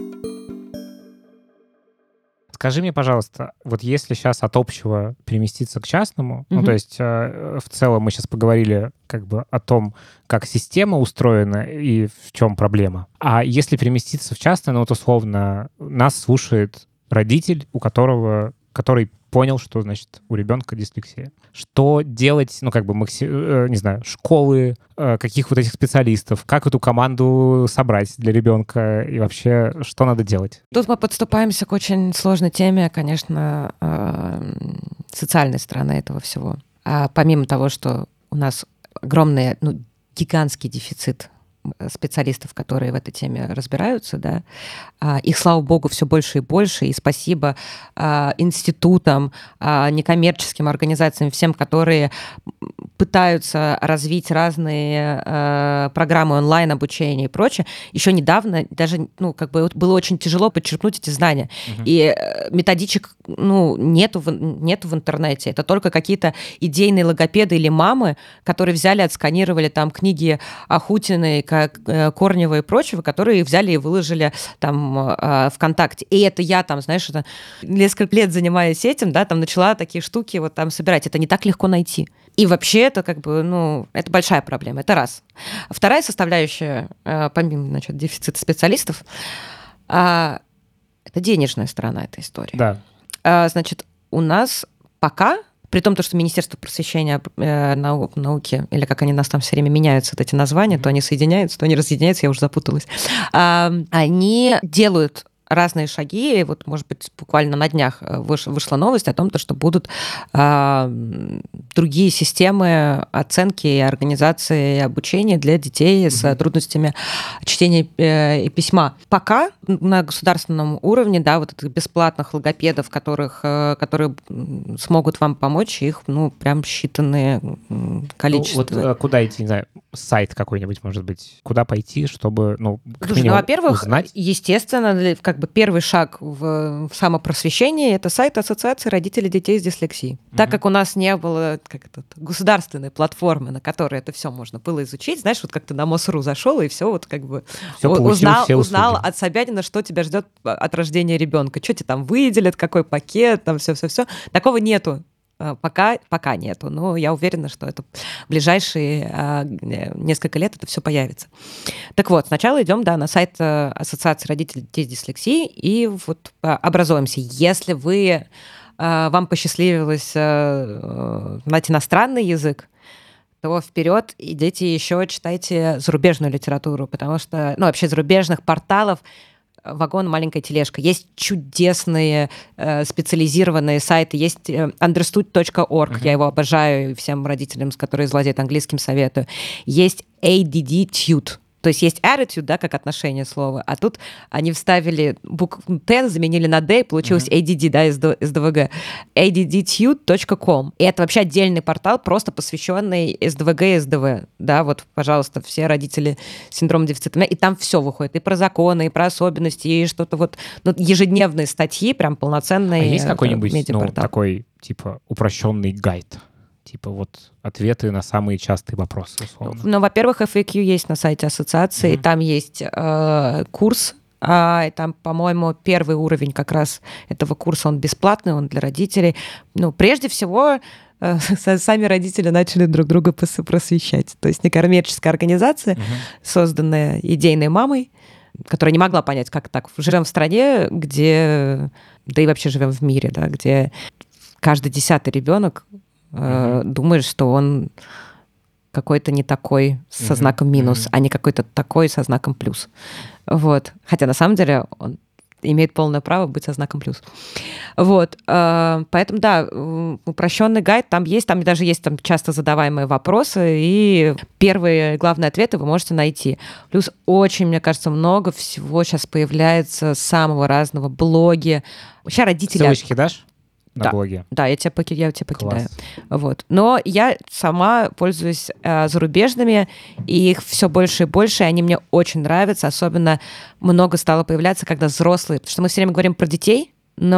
Скажи мне, пожалуйста, вот если сейчас от общего переместиться к частному, mm-hmm. ну, то есть э, в целом мы сейчас поговорили как бы о том, как система устроена и в чем проблема. А если переместиться в частное, ну, вот условно нас слушает родитель, у которого, который понял, что, значит, у ребенка дислексия. Что делать, ну, как бы, макси... не знаю, школы, каких вот этих специалистов, как эту команду собрать для ребенка и вообще, что надо делать? Тут мы подступаемся к очень сложной теме, конечно, социальной стороны этого всего. А помимо того, что у нас огромный, ну, гигантский дефицит специалистов, которые в этой теме разбираются, да, их, слава богу, все больше и больше, и спасибо институтам, некоммерческим организациям, всем, которые пытаются развить разные э, программы онлайн-обучения и прочее. Еще недавно даже, ну, как бы было очень тяжело подчеркнуть эти знания. Uh-huh. И методичек, ну, нету в, нету в интернете. Это только какие-то идейные логопеды или мамы, которые взяли, отсканировали там книги Ахутиной, как Корнева и прочего, которые взяли и выложили там э, ВКонтакте. И это я там, знаешь, это несколько лет занимаясь этим, да, там начала такие штуки вот там собирать. Это не так легко найти. И вообще это как бы, ну, это большая проблема, это раз. Вторая составляющая, помимо, значит, дефицита специалистов, это денежная сторона этой истории. Да. Значит, у нас пока, при том, что Министерство просвещения нау- науки, или как они нас там все время меняются, вот эти названия, mm-hmm. то они соединяются, то они разъединяются, я уже запуталась, они делают разные шаги. Вот, может быть, буквально на днях выш, вышла новость о том, что будут э, другие системы оценки и организации обучения для детей mm-hmm. с трудностями чтения э, и письма. Пока на государственном уровне, да, вот этих бесплатных логопедов, которых, э, которые смогут вам помочь, их, ну, прям считанные количества. Ну, вот куда идти, не знаю, сайт какой-нибудь, может быть, куда пойти, чтобы, ну, как Слушай, минимум, ну, во-первых, узнать? Естественно, как бы первый шаг в, в самопросвещении — это сайт Ассоциации родителей детей с дислексией. Mm-hmm. Так как у нас не было как это, государственной платформы, на которой это все можно было изучить, знаешь, вот как ты на МОСРУ зашел и все вот как бы все узнал, все узнал от Собянина, что тебя ждет от рождения ребенка, что тебе там выделят, какой пакет, там все-все-все. Такого нету. Пока, пока нету, но я уверена, что это в ближайшие а, несколько лет это все появится. Так вот, сначала идем, да, на сайт Ассоциации родителей детей с дислексией и вот образуемся. Если вы, а, вам посчастливилось а, знать иностранный язык, то вперед идите еще читайте зарубежную литературу, потому что, ну, вообще зарубежных порталов «Вагон, маленькая тележка». Есть чудесные э, специализированные сайты. Есть э, understood точка орг, uh-huh. я его обожаю, всем родителям, с которыми владеют английским, советую. Есть эй ди ди Tute. То есть есть attitude, да, как отношение слова, а тут они вставили букву Т, заменили на D, и получилось mm-hmm. эй ди ди, да, эс ди ви джи, эй ди ди тьюд точка ком. И это вообще отдельный портал, просто посвященный эс ди ви джи и эс ди ви. Да, вот, пожалуйста, все родители с синдромом дефицита, и там все выходит, и про законы, и про особенности, и что-то вот, ну, ежедневные статьи, прям полноценные. А есть какой-нибудь, ну, такой, типа, упрощенный гайд? Типа вот ответы на самые частые вопросы, условно. Ну, во-первых, эф эй кью есть на сайте ассоциации, mm-hmm. там есть э, курс, а, и там, по-моему, первый уровень как раз этого курса, он бесплатный, он для родителей. Ну, прежде всего, э, сами родители начали друг друга просвещать. То есть некоммерческая организация, mm-hmm. созданная идейной мамой, которая не могла понять, как так. Живем в стране, где, да и вообще живем в мире, да, где каждый десятый ребенок Mm-hmm. думаешь, что он какой-то не такой со mm-hmm. знаком минус, mm-hmm. а не какой-то такой со знаком плюс. Вот. Хотя на самом деле он имеет полное право быть со знаком плюс. Вот. Поэтому, да, упрощенный гайд там есть, там даже есть там часто задаваемые вопросы, и первые главные ответы вы можете найти. Плюс очень, мне кажется, много всего сейчас появляется самого разного, блоги. Вообще родители... Ссылочки дашь? На да, блоге. Да, я тебя, поки... я тебя покидаю. Класс. Вот. Но я сама пользуюсь э, зарубежными, и их все больше и больше, и они мне очень нравятся. Особенно много стало появляться, когда взрослые. Потому что мы все время говорим про детей,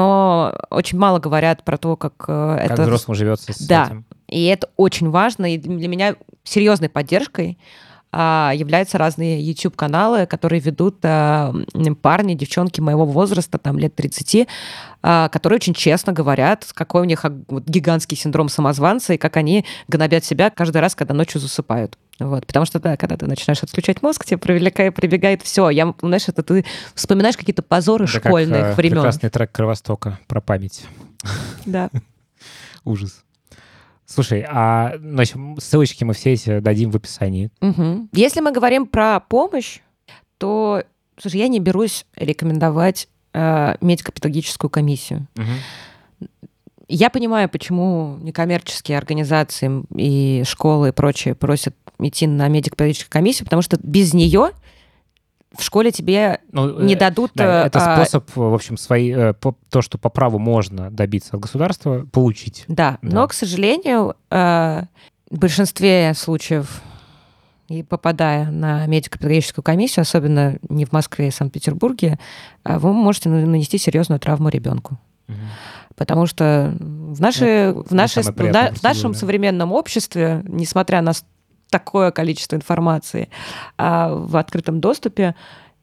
но очень мало говорят про то, как, э, как это... Как взрослому живется с да. этим. И это очень важно, и для меня серьезной поддержкой а, являются разные YouTube-каналы, которые ведут а, парни, девчонки моего возраста, там, лет тридцати, а, которые очень честно говорят, какой у них вот, гигантский синдром самозванца, и как они гнобят себя каждый раз, когда ночью засыпают. Вот. Потому что, да, когда ты начинаешь отключать мозг, тебе привлекает, прибегает все. Я, знаешь, это ты вспоминаешь какие-то позоры это школьных как, времен. Прекрасный трек Кровостока про память. Да. Ужас. Слушай, а значит, ссылочки мы все эти дадим в описании. Угу. Если мы говорим про помощь, то, слушай, я не берусь рекомендовать э, медико-педагогическую комиссию. Угу. Я понимаю, почему некоммерческие организации и школы и прочее просят идти на медико-педагогическую комиссию, потому что без нее в школе тебе ну, не дадут... Да, это способ, в общем, свои, то, что по праву можно добиться от государства, получить. Да, да. Но, к сожалению, в большинстве случаев, и попадая на медико-педагогическую комиссию, особенно не в Москве и Санкт-Петербурге, вы можете нанести серьезную травму ребенку. Угу. Потому что в, нашей, ну, в, нашей, в, да, в нашем современном обществе, несмотря на такое количество информации а, в открытом доступе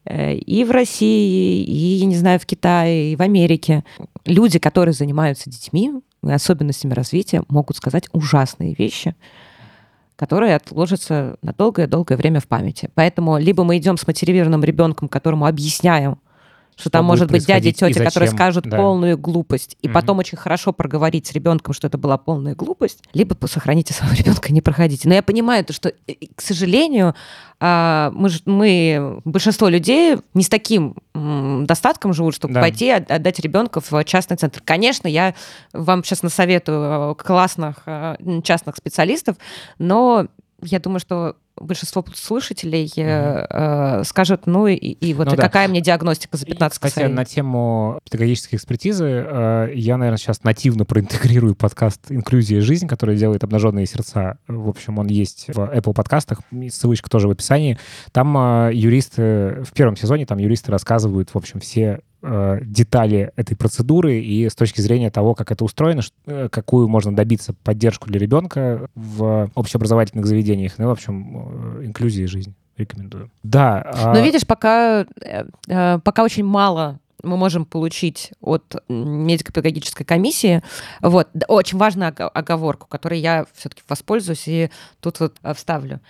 и в России, и, я не знаю, в Китае, и в Америке. Люди, которые занимаются детьми, особенностями развития, могут сказать ужасные вещи, которые отложатся на долгое-долгое время в памяти. Поэтому либо мы идем с мотивированным ребенком, которому объясняем, что, что там может быть дядя и тетя, которые скажут да. полную глупость, и угу. потом очень хорошо проговорить с ребенком, что это была полная глупость, либо сохраните своего ребенка и не проходите. Но я понимаю, что, к сожалению, мы, мы, большинство людей не с таким достатком живут, чтобы да. пойти отдать ребенка в частный центр. Конечно, я вам сейчас насоветую классных частных специалистов, но я думаю, что большинство слушателей mm-hmm. э, скажут, ну и, и вот ну, и да. какая мне диагностика за пятнадцать косарей. Кстати, на тему педагогической экспертизы э, я, наверное, сейчас нативно проинтегрирую подкаст «Инклюзия и жизнь», который делает «Обнаженные сердца». В общем, он есть в Apple подкастах, ссылочка тоже в описании. Там э, юристы, в первом сезоне там юристы рассказывают, в общем, все детали этой процедуры и с точки зрения того, как это устроено, какую можно добиться поддержку для ребенка в общеобразовательных заведениях. Ну, в общем, инклюзия и жизнь. Рекомендую. Да. Но видишь, пока, пока очень мало мы можем получить от медико-педагогической комиссии. Вот. Очень важная оговорка, которой я все-таки воспользуюсь и тут вот вставлю.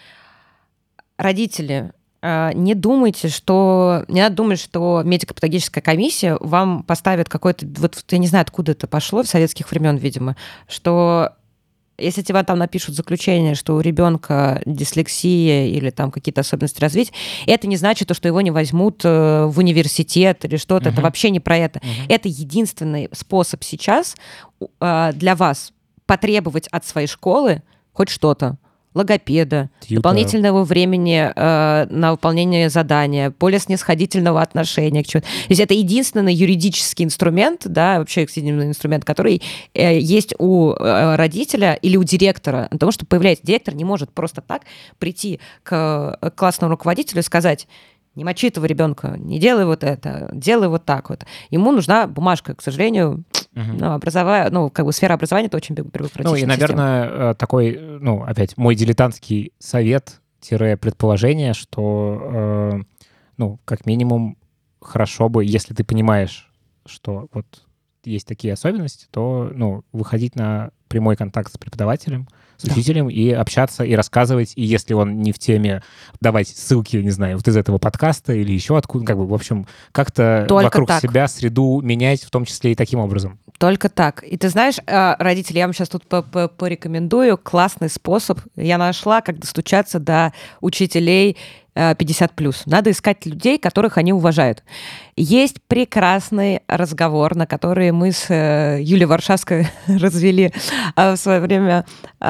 Родители, не думайте, что... Не надо думать, что медико-педагогическая комиссия вам поставит какой-то... Вот я не знаю, откуда это пошло, в советских времен, видимо, что если тебе там напишут заключение, что у ребенка дислексия или там какие-то особенности развития, это не значит, что его не возьмут в университет или что-то. Uh-huh. Это вообще не про это. Uh-huh. Это единственный способ сейчас для вас потребовать от своей школы хоть что-то. логопеда, Тьютора. дополнительного времени э, на выполнение задания, более снисходительного отношения к чему-то. То есть это единственный юридический инструмент, да, вообще единственный инструмент, который э, есть у э, родителя или у директора. Потому что появляется директор, не может просто так прийти к, к классному руководителю и сказать: не мочи этого ребенка, не делай вот это, делай вот так вот. Ему нужна бумажка, к сожалению. Uh-huh. Ну, образова... ну, как бы сфера образования — это очень бюрократичная Ну, и, наверное, система. Такой, ну, опять, мой дилетантский совет-предположение, что, э, ну, как минимум, хорошо бы, если ты понимаешь, что вот есть такие особенности, то, ну, выходить на прямой контакт с преподавателем, с да. учителем и общаться, и рассказывать, и если он не в теме, давать ссылки, не знаю, вот из этого подкаста или еще откуда, как бы, в общем, как-то Только вокруг так. себя среду менять, в том числе и таким образом. Только так. И ты знаешь, родители, я вам сейчас тут порекомендую классный способ. Я нашла, как достучаться до учителей пятьдесят плюс. Надо искать людей, которых они уважают. Есть прекрасный разговор, на который мы с Юлией Варшавской развели в свое время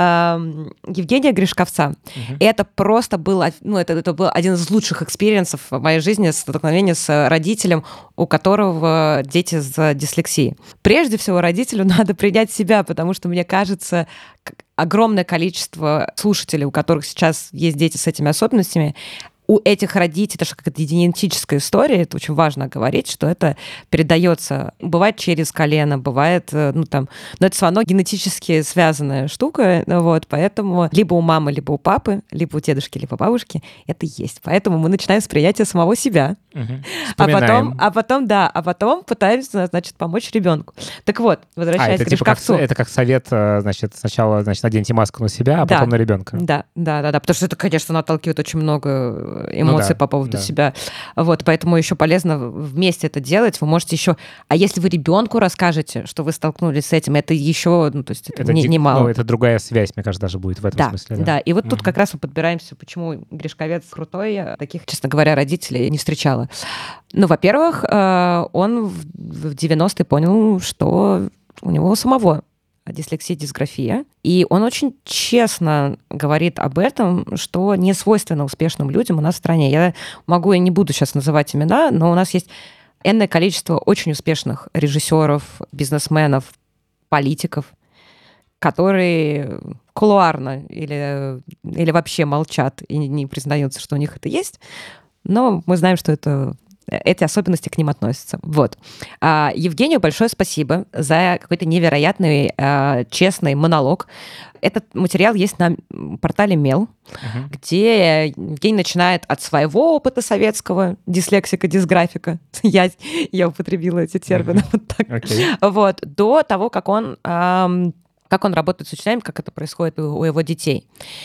Евгения Гришковца. Угу. И это просто был, ну, это, это был один из лучших экспириенсов в моей жизни, столкновение с родителем, у которого дети с дислексией. Прежде всего, родителю надо принять себя, потому что, мне кажется, огромное количество слушателей, у которых сейчас есть дети с этими особенностями, у этих родителей, это же какая-то идентическая история, это очень важно говорить, что это передается, бывает через колено, бывает, ну там, но это все равно генетически связанная штука, вот, поэтому либо у мамы, либо у папы, либо у дедушки, либо у бабушки это есть. Поэтому мы начинаем с принятия самого себя, угу. а потом, а потом, да, а потом пытаемся, значит, помочь ребенку. Так вот, возвращаясь а, это к Гришковцу. Типа как, это как совет, значит, сначала, значит, наденьте маску на себя, а да. потом на ребенка. Да, да, да, да, потому что это, конечно, наталкивает очень много эмоций ну, да, по поводу да. себя. Вот, поэтому еще полезно вместе это делать. Вы можете еще... А если вы ребенку расскажете, что вы столкнулись с этим, это еще, ну, то есть это, это не, дик... немало. Ну, это другая связь, мне кажется, даже будет в этом да, смысле. Да, да. И вот угу. тут как раз мы подбираемся, почему Гришковец крутой. Я таких, честно говоря, родителей не встречала. Ну, во-первых, он в девяностые понял, что у него самого дислексия, дисграфия. И он очень честно говорит об этом, что не свойственно успешным людям у нас в стране. Я могу и не буду сейчас называть имена, но у нас есть энное количество очень успешных режиссеров, бизнесменов, политиков, которые кулуарно или, или вообще молчат и не признаются, что у них это есть. Но мы знаем, что это... эти особенности к ним относятся. Вот. А, Евгению большое спасибо за какой-то невероятный, а, честный монолог. Этот материал есть на портале Мел, uh-huh. где Евгений начинает от своего опыта советского, дислексика, дисграфика, я, я употребила эти термины, uh-huh. вот так, okay. вот, до того, как он, а, как он работает с учителями, как это происходит у, у его детей.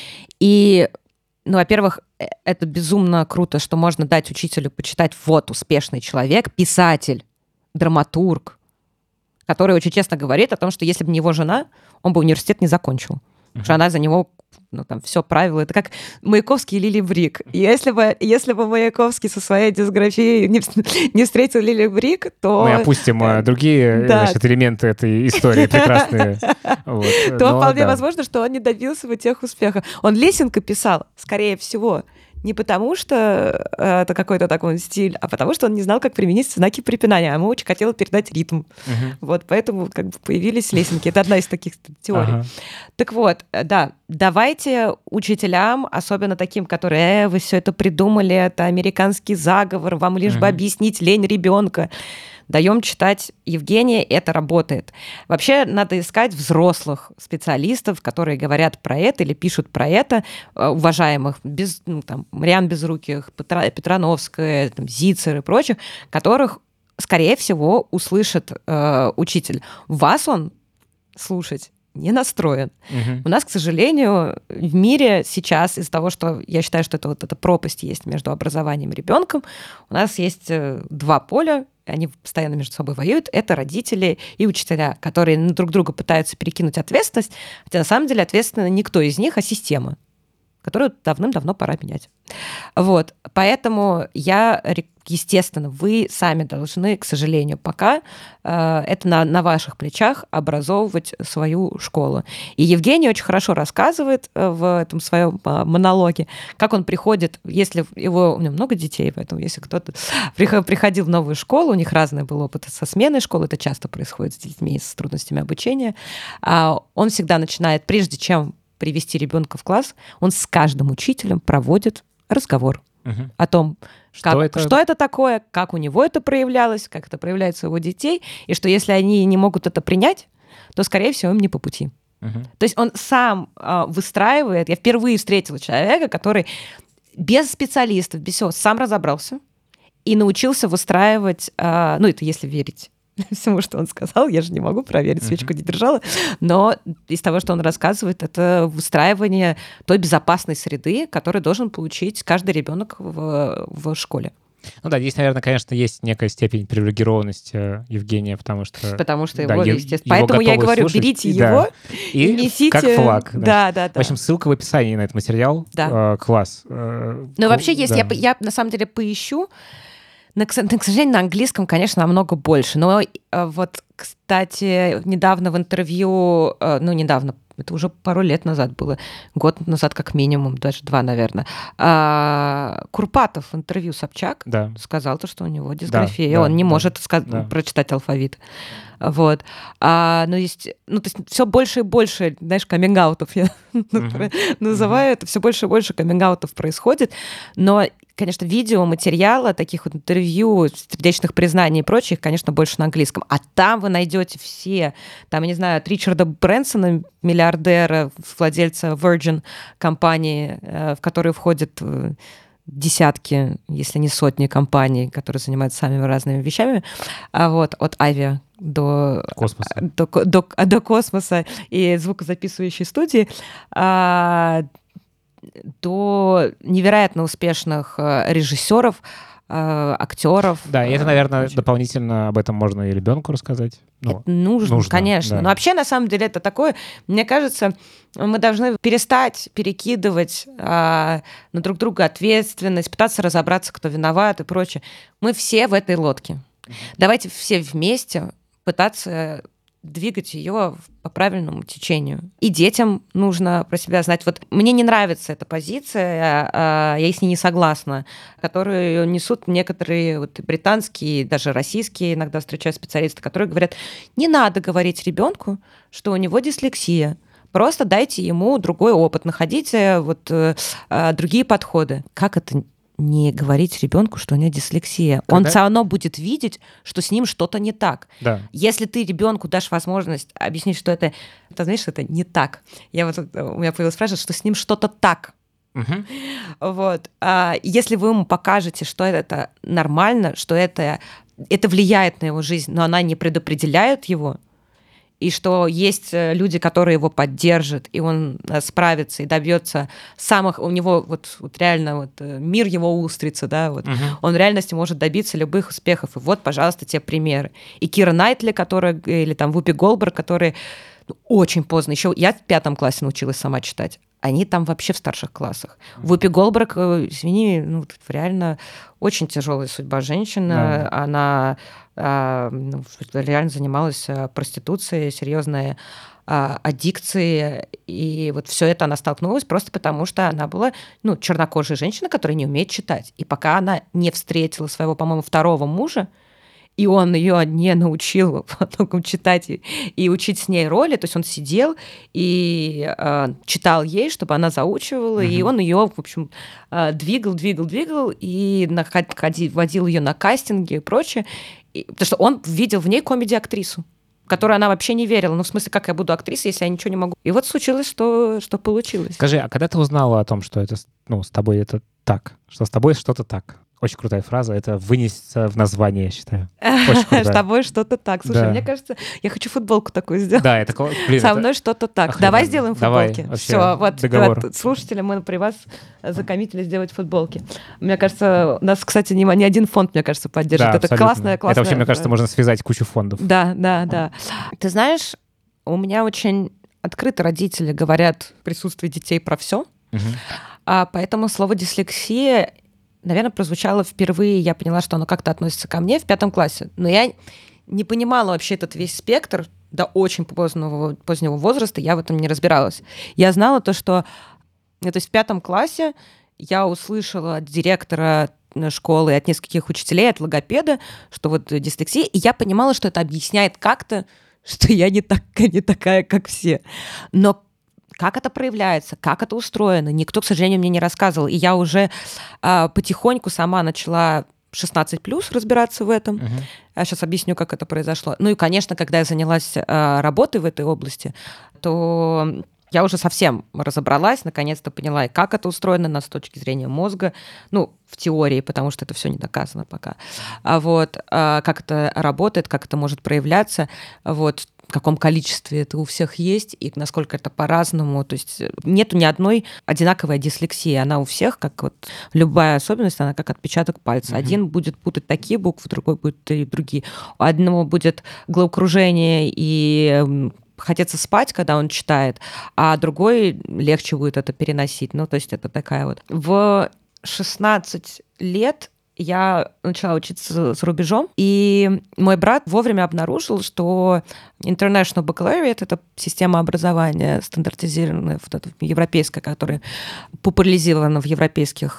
И ну, во-первых, это безумно круто, что можно дать учителю почитать вот успешный человек, писатель, драматург, который очень честно говорит о том, что если бы не его жена, он бы университет не закончил. Uh-huh. Потому что она за него, ну, там, все правила. Это как Маяковский и Лили Брик. И если бы, если бы Маяковский со своей дисграфией не, не встретил Лили Брик, то... Мы опустим э, другие да. значит, элементы этой истории прекрасные. Вот. То Но, вполне да. возможно, что он не добился бы тех успехов. Он Лесенко писал, скорее всего, не потому, что э, это какой-то такой стиль, а потому, что он не знал, как применить знаки препинания, а ему очень хотелось передать ритм. Uh-huh. Вот, поэтому как бы появились лесенки. Это одна из таких теорий. Uh-huh. Так вот, да, давайте учителям, особенно таким, которые, э, вы все это придумали, это американский заговор, вам лишь uh-huh. бы объяснить лень ребенка. Даем читать Евгения, это работает. Вообще надо искать взрослых специалистов, которые говорят про это или пишут про это, уважаемых, без, ну, там, Мариан Безруких, Петра, Петрановская, там, Зицер и прочих, которых, скорее всего, услышит э, учитель. Вас он слушать не настроен. Uh-huh. У нас, к сожалению, в мире сейчас из-за того, что я считаю, что это вот эта пропасть есть между образованием и ребенком, у нас есть два поля, они постоянно между собой воюют, это родители и учителя, которые друг друга пытаются перекинуть ответственность, хотя на самом деле ответственна никто из них, а система, которую давным-давно пора менять. Вот. Поэтому я, естественно, вы сами должны, к сожалению, пока э, это на, на ваших плечах образовывать свою школу. И Евгений очень хорошо рассказывает в этом своем монологе, как он приходит, если его... У него много детей, поэтому если кто-то приходил в новую школу, у них разный был опыт со сменой школы, это часто происходит с детьми с трудностями обучения, он всегда начинает, прежде чем привести ребенка в класс, он с каждым учителем проводит разговор угу. о том, что, как, это... что это такое, как у него это проявлялось, как это проявляется у его детей, и что если они не могут это принять, то, скорее всего, им не по пути. Угу. То есть он сам э, выстраивает... Я впервые встретила человека, который без специалистов, без всего, сам разобрался и научился выстраивать... Э, ну, это если верить всему, что он сказал, я же не могу проверить, свечку не держала, но из того, что он рассказывает, это выстраивание той безопасной среды, которую должен получить каждый ребенок в, в школе. Ну да, здесь, наверное, конечно, есть некая степень привилегированности Евгения, потому что... Потому что да, его, естественно. Его Поэтому я говорю, слушать, берите и, его да. и, и несите... как флаг. Да. Да, да, да. В общем, ссылка в описании на этот материал. Да. Э, класс. Э, ну, вообще есть. Да. Я, я, на самом деле, поищу. На, к сожалению, на английском, конечно, намного больше. Но вот, кстати, недавно в интервью, ну, недавно, это уже пару лет назад было, год назад как минимум, даже два, наверное, Курпатов в интервью Собчак да. сказал, то, что у него дисграфия, да, и он да, не да, может ска- да. прочитать алфавит. Вот. А, ну, есть, ну, то есть все больше и больше, знаешь, каминг-аутов я uh-huh. называю, uh-huh. это все больше и больше каминг-аутов происходит, но, конечно, видеоматериала, таких вот интервью, сердечных признаний и прочих, конечно, больше на английском. А там вы найдете все, там, я не знаю, от Ричарда Брэнсона, миллиардера, владельца Virgin компании, в которую входят десятки, если не сотни компаний, которые занимаются самыми разными вещами, а вот от авиа до космоса, до, до, до космоса и звукозаписывающей студии, а, до невероятно успешных режиссеров, актеров. Да, и это, наверное, дополнительно об этом можно и ребенку рассказать. Ну, это нужно, нужно, конечно. Да. Но вообще, на самом деле, это такое, мне кажется, мы должны перестать перекидывать а, на друг друга ответственность, пытаться разобраться, кто виноват и прочее. Мы все в этой лодке. Давайте все вместе пытаться двигать ее по правильному течению. И детям нужно про себя знать. Вот мне не нравится эта позиция, я с ней не согласна, которую несут некоторые вот британские, даже российские, иногда встречаю специалисты, которые говорят, не надо говорить ребенку, что у него дислексия. Просто дайте ему другой опыт, находите вот, другие подходы. Как это не говорить ребенку, что у него дислексия. Когда? Он все равно будет видеть, что с ним что-то не так. Да. Если ты ребенку дашь возможность объяснить, что это, ты знаешь, что это не так. Я вот, у меня появилась фраза, что с ним что-то так. Угу. Вот. А если вы ему покажете, что это нормально, что это, это влияет на его жизнь, но она не предопределяет его, и что есть люди, которые его поддержат, и он справится и добьется самых... У него вот, вот реально вот мир его устрица, да, вот. Uh-huh. Он в реальности может добиться любых успехов. И вот, пожалуйста, те примеры. И Кира Найтли, которая... Или там Вупи Голдберг, которые ну, очень поздно... Еще я в пятом классе научилась сама читать. Они там вообще в старших классах. Uh-huh. Вупи Голдберг, извини, ну, реально очень тяжелая судьба женщины. Uh-huh. Она... реально занималась проституцией, серьезной аддикцией, и вот все это она столкнулась просто потому, что она была ну, чернокожей женщиной, которая не умеет читать. И пока она не встретила своего, по-моему, второго мужа, и он ее не научил потом читать и, и учить с ней роли, то есть он сидел и э, читал ей, чтобы она заучивала, mm-hmm. и он ее, в общем, э, двигал, двигал, двигал, и находил, водил ее на кастинги и прочее, и, потому что он видел в ней комеди-актрису, в которую она вообще не верила. Ну, в смысле, как я буду актрисой, если я ничего не могу? И вот случилось, что, что получилось. Скажи, а когда ты узнала о том, что это, ну, с тобой это так, что с тобой что-то так? Очень крутая фраза. Это вынесется в название, я считаю. Очень круто. С тобой что-то так. Слушай, да. мне кажется, я хочу футболку такую сделать. Да, это... Блин, Со это... мной что-то так. Охрененно. Давай сделаем футболки. Давай, все, вот, вот, слушатели, мы при вас закоммитили сделать футболки. Мне кажется, нас, кстати, ни, ни один фонд, мне кажется, поддержит. Да, это абсолютно. классная, классная... Это вообще, мне кажется, можно связать кучу фондов. Да, да, да. Ты знаешь, у меня очень открыто родители говорят в присутствии детей про все. Угу. А, поэтому слово «дислексия», наверное, прозвучало впервые, я поняла, что оно как-то относится ко мне в пятом классе. Но я не понимала вообще этот весь спектр до очень позднего, позднего возраста, я в этом не разбиралась. Я знала то, что... То есть в пятом классе я услышала от директора школы, от нескольких учителей, от логопеда, что вот дислексия, и я понимала, что это объясняет как-то, что я не, так, не такая, как все. Но как это проявляется, как это устроено, никто, к сожалению, мне не рассказывал. И я уже а, потихоньку сама начала шестнадцать плюс разбираться в этом. Uh-huh. Я сейчас объясню, как это произошло. Ну и, конечно, когда я занялась а, работой в этой области, то... я уже совсем разобралась, наконец-то поняла, и как это устроено на, с точки зрения мозга, ну, в теории, потому что это все не доказано пока. А вот, а, как это работает, как это может проявляться, вот, в каком количестве это у всех есть, и насколько это по-разному. То есть нету ни одной одинаковой дислексии. Она у всех, как вот любая особенность, она как отпечаток пальца. Mm-hmm. Один будет путать такие буквы, другой будет и другие. У одного будет головокружение и... хотеться спать, когда он читает, а другой легче будет это переносить. Ну, то есть это такая вот... В шестнадцать лет я начала учиться за рубежом, и мой брат вовремя обнаружил, что International Baccalaureate — это система образования стандартизированная, вот эта европейская, которая популяризирована в европейских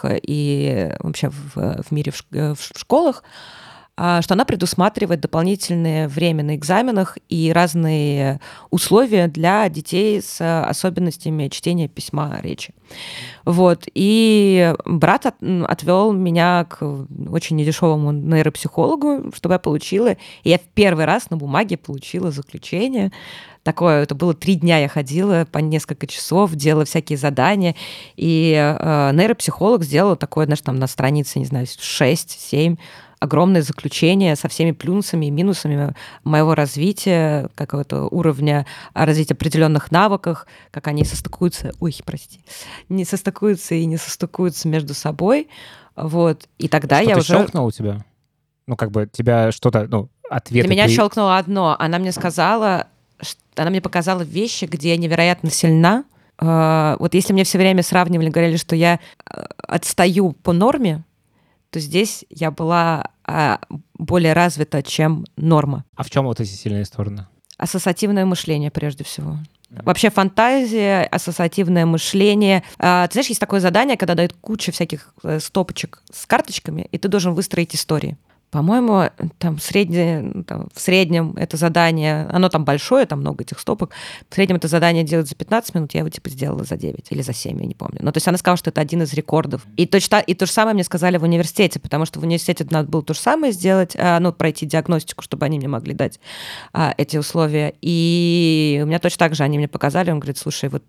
и вообще в, в мире в, в школах, что она предусматривает дополнительное время на экзаменах и разные условия для детей с особенностями чтения, письма, речи. Вот. И брат от, отвел меня к очень недешевому нейропсихологу, чтобы я получила. И я в первый раз на бумаге получила заключение. Такое, это было три дня, я ходила по несколько часов, делала всякие задания, и э, нейропсихолог сделал такое, знаешь, там на странице, не знаю, шесть-семь, огромное заключение со всеми плюсами и минусами моего развития, какого-то уровня развития определенных навыков, как они состыкуются, ой, прости, не состыкуются и не состыкуются между собой, вот, и тогда что я ты уже... щелкнуло у тебя? Ну, как бы тебя что-то, ну, ответы... Для меня при... щелкнуло одно, она мне сказала, она мне показала вещи, где я невероятно сильна. Вот если мне все время сравнивали, говорили, что я отстаю по норме, то здесь я была более развита, чем норма. А в чем вот эти сильные стороны? Ассоциативное мышление, прежде всего. Вообще фантазия, ассоциативное мышление. Ты знаешь, есть такое задание, когда дают кучу всяких стопочек с карточками, и ты должен выстроить истории. По-моему, там, среднее, там в среднем это задание, оно там большое, там много этих стопок, в среднем это задание делать за пятнадцать минут, я его типа сделала за девять или за семь, я не помню. Но то есть она сказала, что это один из рекордов. И, точно, и то же самое мне сказали в университете, потому что в университете надо было то же самое сделать, ну, пройти диагностику, чтобы они мне могли дать а, эти условия. И у меня точно так же они мне показали, он говорит, слушай, вот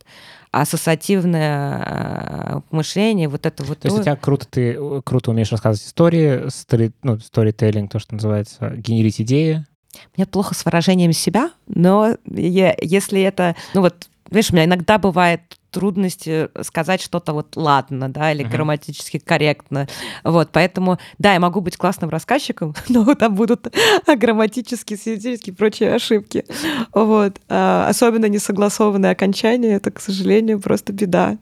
ассоциативное мышление, вот это вот... То есть у тебя круто, ты круто умеешь рассказывать истории, стори, ну, сторителлинг, то, что называется, генерить идеи. Мне плохо с выражением себя, но я, если это... Ну вот, видишь, у меня иногда бывает трудности сказать что-то вот ладно, да, или uh-huh. грамматически корректно. Вот, поэтому, да, я могу быть классным рассказчиком, но там будут грамматические, свидетельские и прочие ошибки. Вот. А особенно несогласованные окончания, это, к сожалению, просто беда.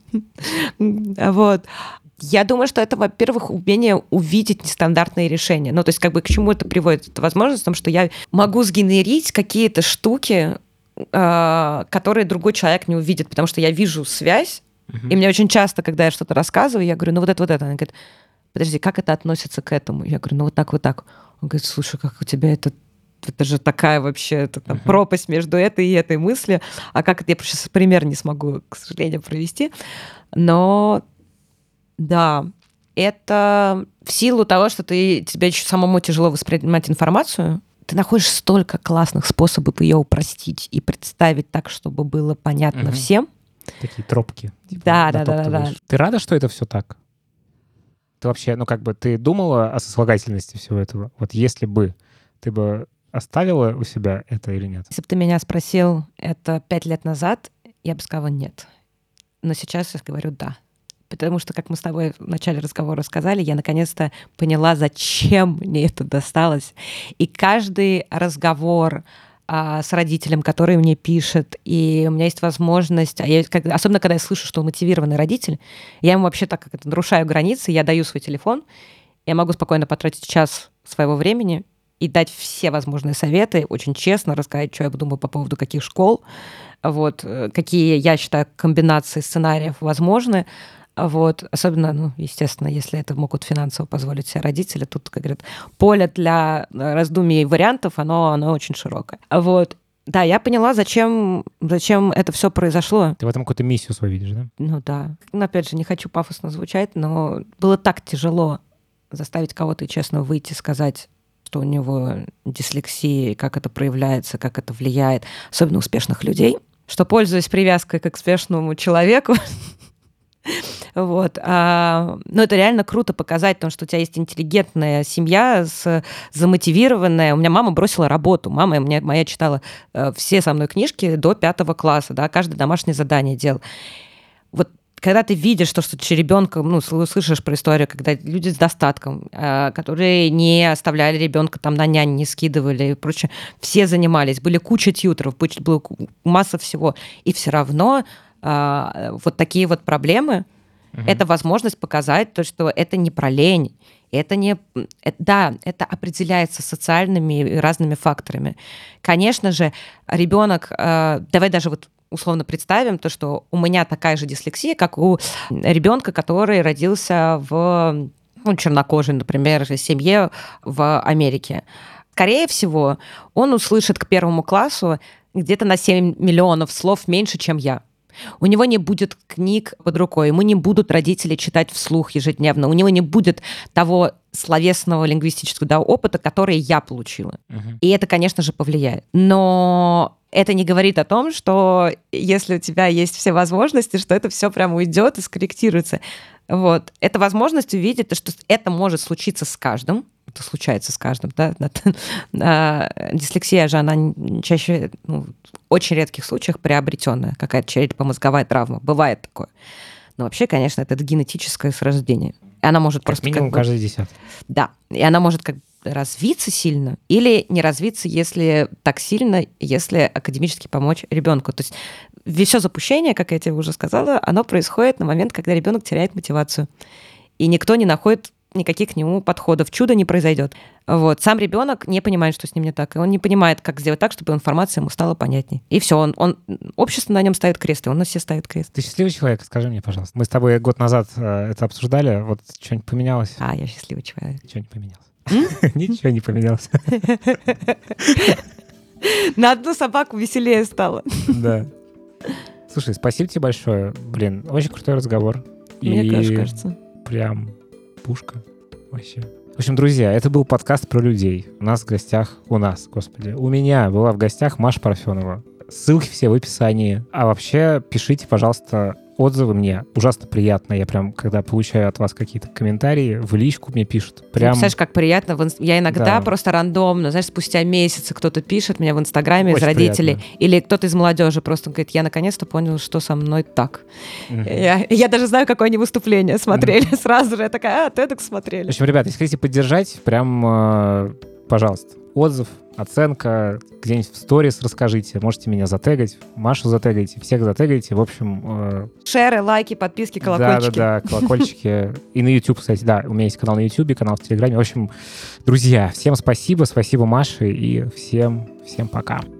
Вот. Я думаю, что это, во-первых, умение увидеть нестандартные решения. Ну, то есть, как бы к чему это приводит? Это возможность в том, что я могу сгенерить какие-то штуки, которые другой человек не увидит, потому что я вижу связь, uh-huh. и мне очень часто, когда я что-то рассказываю, я говорю, ну вот это, вот это. Она говорит, подожди, как это относится к этому? Я говорю, ну вот так, вот так. Он говорит, слушай, как у тебя это... Это же такая вообще это, там, uh-huh. пропасть между этой и этой мыслью. А как это... Я сейчас пример не смогу, к сожалению, провести. Но да, это в силу того, что ты, тебе еще самому тяжело воспринимать информацию, ты находишь столько классных способов ее упростить и представить так, чтобы было понятно угу. всем. Такие тропки. Типа, да, да, да, да. Ты рада, что это все так? Ты вообще, ну как бы, ты думала о сослагательности всего этого? Вот если бы, ты бы оставила у себя это или нет? Если бы ты меня спросил это пять лет назад, я бы сказала нет. Но сейчас я говорю да. Потому что, как мы с тобой в начале разговора сказали, я наконец-то поняла, зачем мне это досталось. И каждый разговор а, с родителем, который мне пишет, и у меня есть возможность, а я, как, особенно когда я слышу, что он мотивированный родитель, я ему вообще так как это нарушаю границы, я даю свой телефон, я могу спокойно потратить час своего времени и дать все возможные советы, очень честно рассказать, что я думаю по поводу каких школ, вот, какие, я считаю, комбинации сценариев возможны. Вот. Особенно, ну, естественно, если это могут финансово позволить себе родители. Тут, как говорят, поле для раздумий и вариантов, оно, оно очень широкое. Вот. Да, я поняла, зачем, зачем это все произошло. Ты в этом какую-то миссию свою видишь, да? Ну да. Ну, опять же, не хочу пафосно звучать, но было так тяжело заставить кого-то честно выйти и сказать, что у него дислексия, как это проявляется, как это влияет, особенно успешных людей, что, пользуясь привязкой к успешному человеку, вот. А, ну, это реально круто показать, потому что у тебя есть интеллигентная семья, с, замотивированная. У меня мама бросила работу. Мама меня, моя читала э, все со мной книжки до пятого класса, да, каждое домашнее задание делал. Вот когда ты видишь то, что ты ребенка, ну, слышишь про историю, когда люди с достатком, э, которые не оставляли ребенка там на нянь, не скидывали и прочее, все занимались, были куча тьютеров, была масса всего, и все равно вот такие вот проблемы, uh-huh. это возможность показать то, что это не про лень, это не... Это, да, это определяется социальными и разными факторами. Конечно же, ребенок... Давай даже вот условно представим то, что у меня такая же дислексия, как у ребенка, который родился в, ну, чернокожей, например, семье в Америке. Скорее всего, он услышит к первому классу где-то на семь миллионов слов меньше, чем я. У него не будет книг под рукой, ему не будут родители читать вслух ежедневно, у него не будет того словесного лингвистического, да, опыта, который я получила. Uh-huh. И это, конечно же, повлияет. Но это не говорит о том, что если у тебя есть все возможности, что это все прямо уйдет и скорректируется. Вот. Это возможность увидеть, что это может случиться с каждым. Это случается с каждым, да. Дислексия же, она чаще, ну, в очень редких случаях приобретенная, какая-то черепно-мозговая травма. Бывает такое. Но вообще, конечно, это генетическое с рождения. И она может как просто... минимум как бы, каждый десятый. Да. И она может как бы развиться сильно или не развиться, если так сильно, если академически помочь ребенку. То есть все запущение, как я тебе уже сказала, оно происходит на момент, когда ребенок теряет мотивацию. И никто не находит никаких к нему подходов. Чудо не произойдет. Вот. Сам ребенок не понимает, что с ним не так. И он не понимает, как сделать так, чтобы информация ему стала понятней. И все, он, он, общество на нем ставит крест, и он на все ставит крест. Ты счастливый человек? Скажи мне, пожалуйста. Мы с тобой год назад э, это обсуждали. Вот что-нибудь поменялось? А, я счастливый человек. Ничего не поменялось. Ничего не поменялось. На одну собаку веселее стало. Да. Слушай, спасибо тебе большое. Блин, очень крутой разговор. Мне тоже кажется. Прям пушка вообще. В общем, друзья, это был подкаст про людей. У нас в гостях, у нас, господи, у меня была в гостях Маша Парфенова. Ссылки все в описании. А вообще, пишите, пожалуйста, отзывы мне. Ужасно приятно. Я прям, когда получаю от вас какие-то комментарии, в личку мне пишут. Прям... Ты представляешь, как приятно. Я иногда да. просто рандомно, знаешь, спустя месяцы кто-то пишет мне в Инстаграме из родителей. Приятно. Или кто-то из молодежи просто говорит, я наконец-то понял, что со мной так. Uh-huh. Я, я даже знаю, какое они выступление смотрели. Uh-huh. Сразу же я такая, а, тедекс смотрели. В общем, ребята, если хотите поддержать, прям, э, пожалуйста, отзыв, оценка, где-нибудь в сторис расскажите, можете меня затегать, Машу затегайте, всех затегайте, в общем... Э... Шеры, лайки, подписки, колокольчики. Да-да-да, колокольчики. И на YouTube, кстати, да, у меня есть канал на YouTube, канал в Телеграме. В общем, друзья, всем спасибо, спасибо Маше, и всем, всем пока.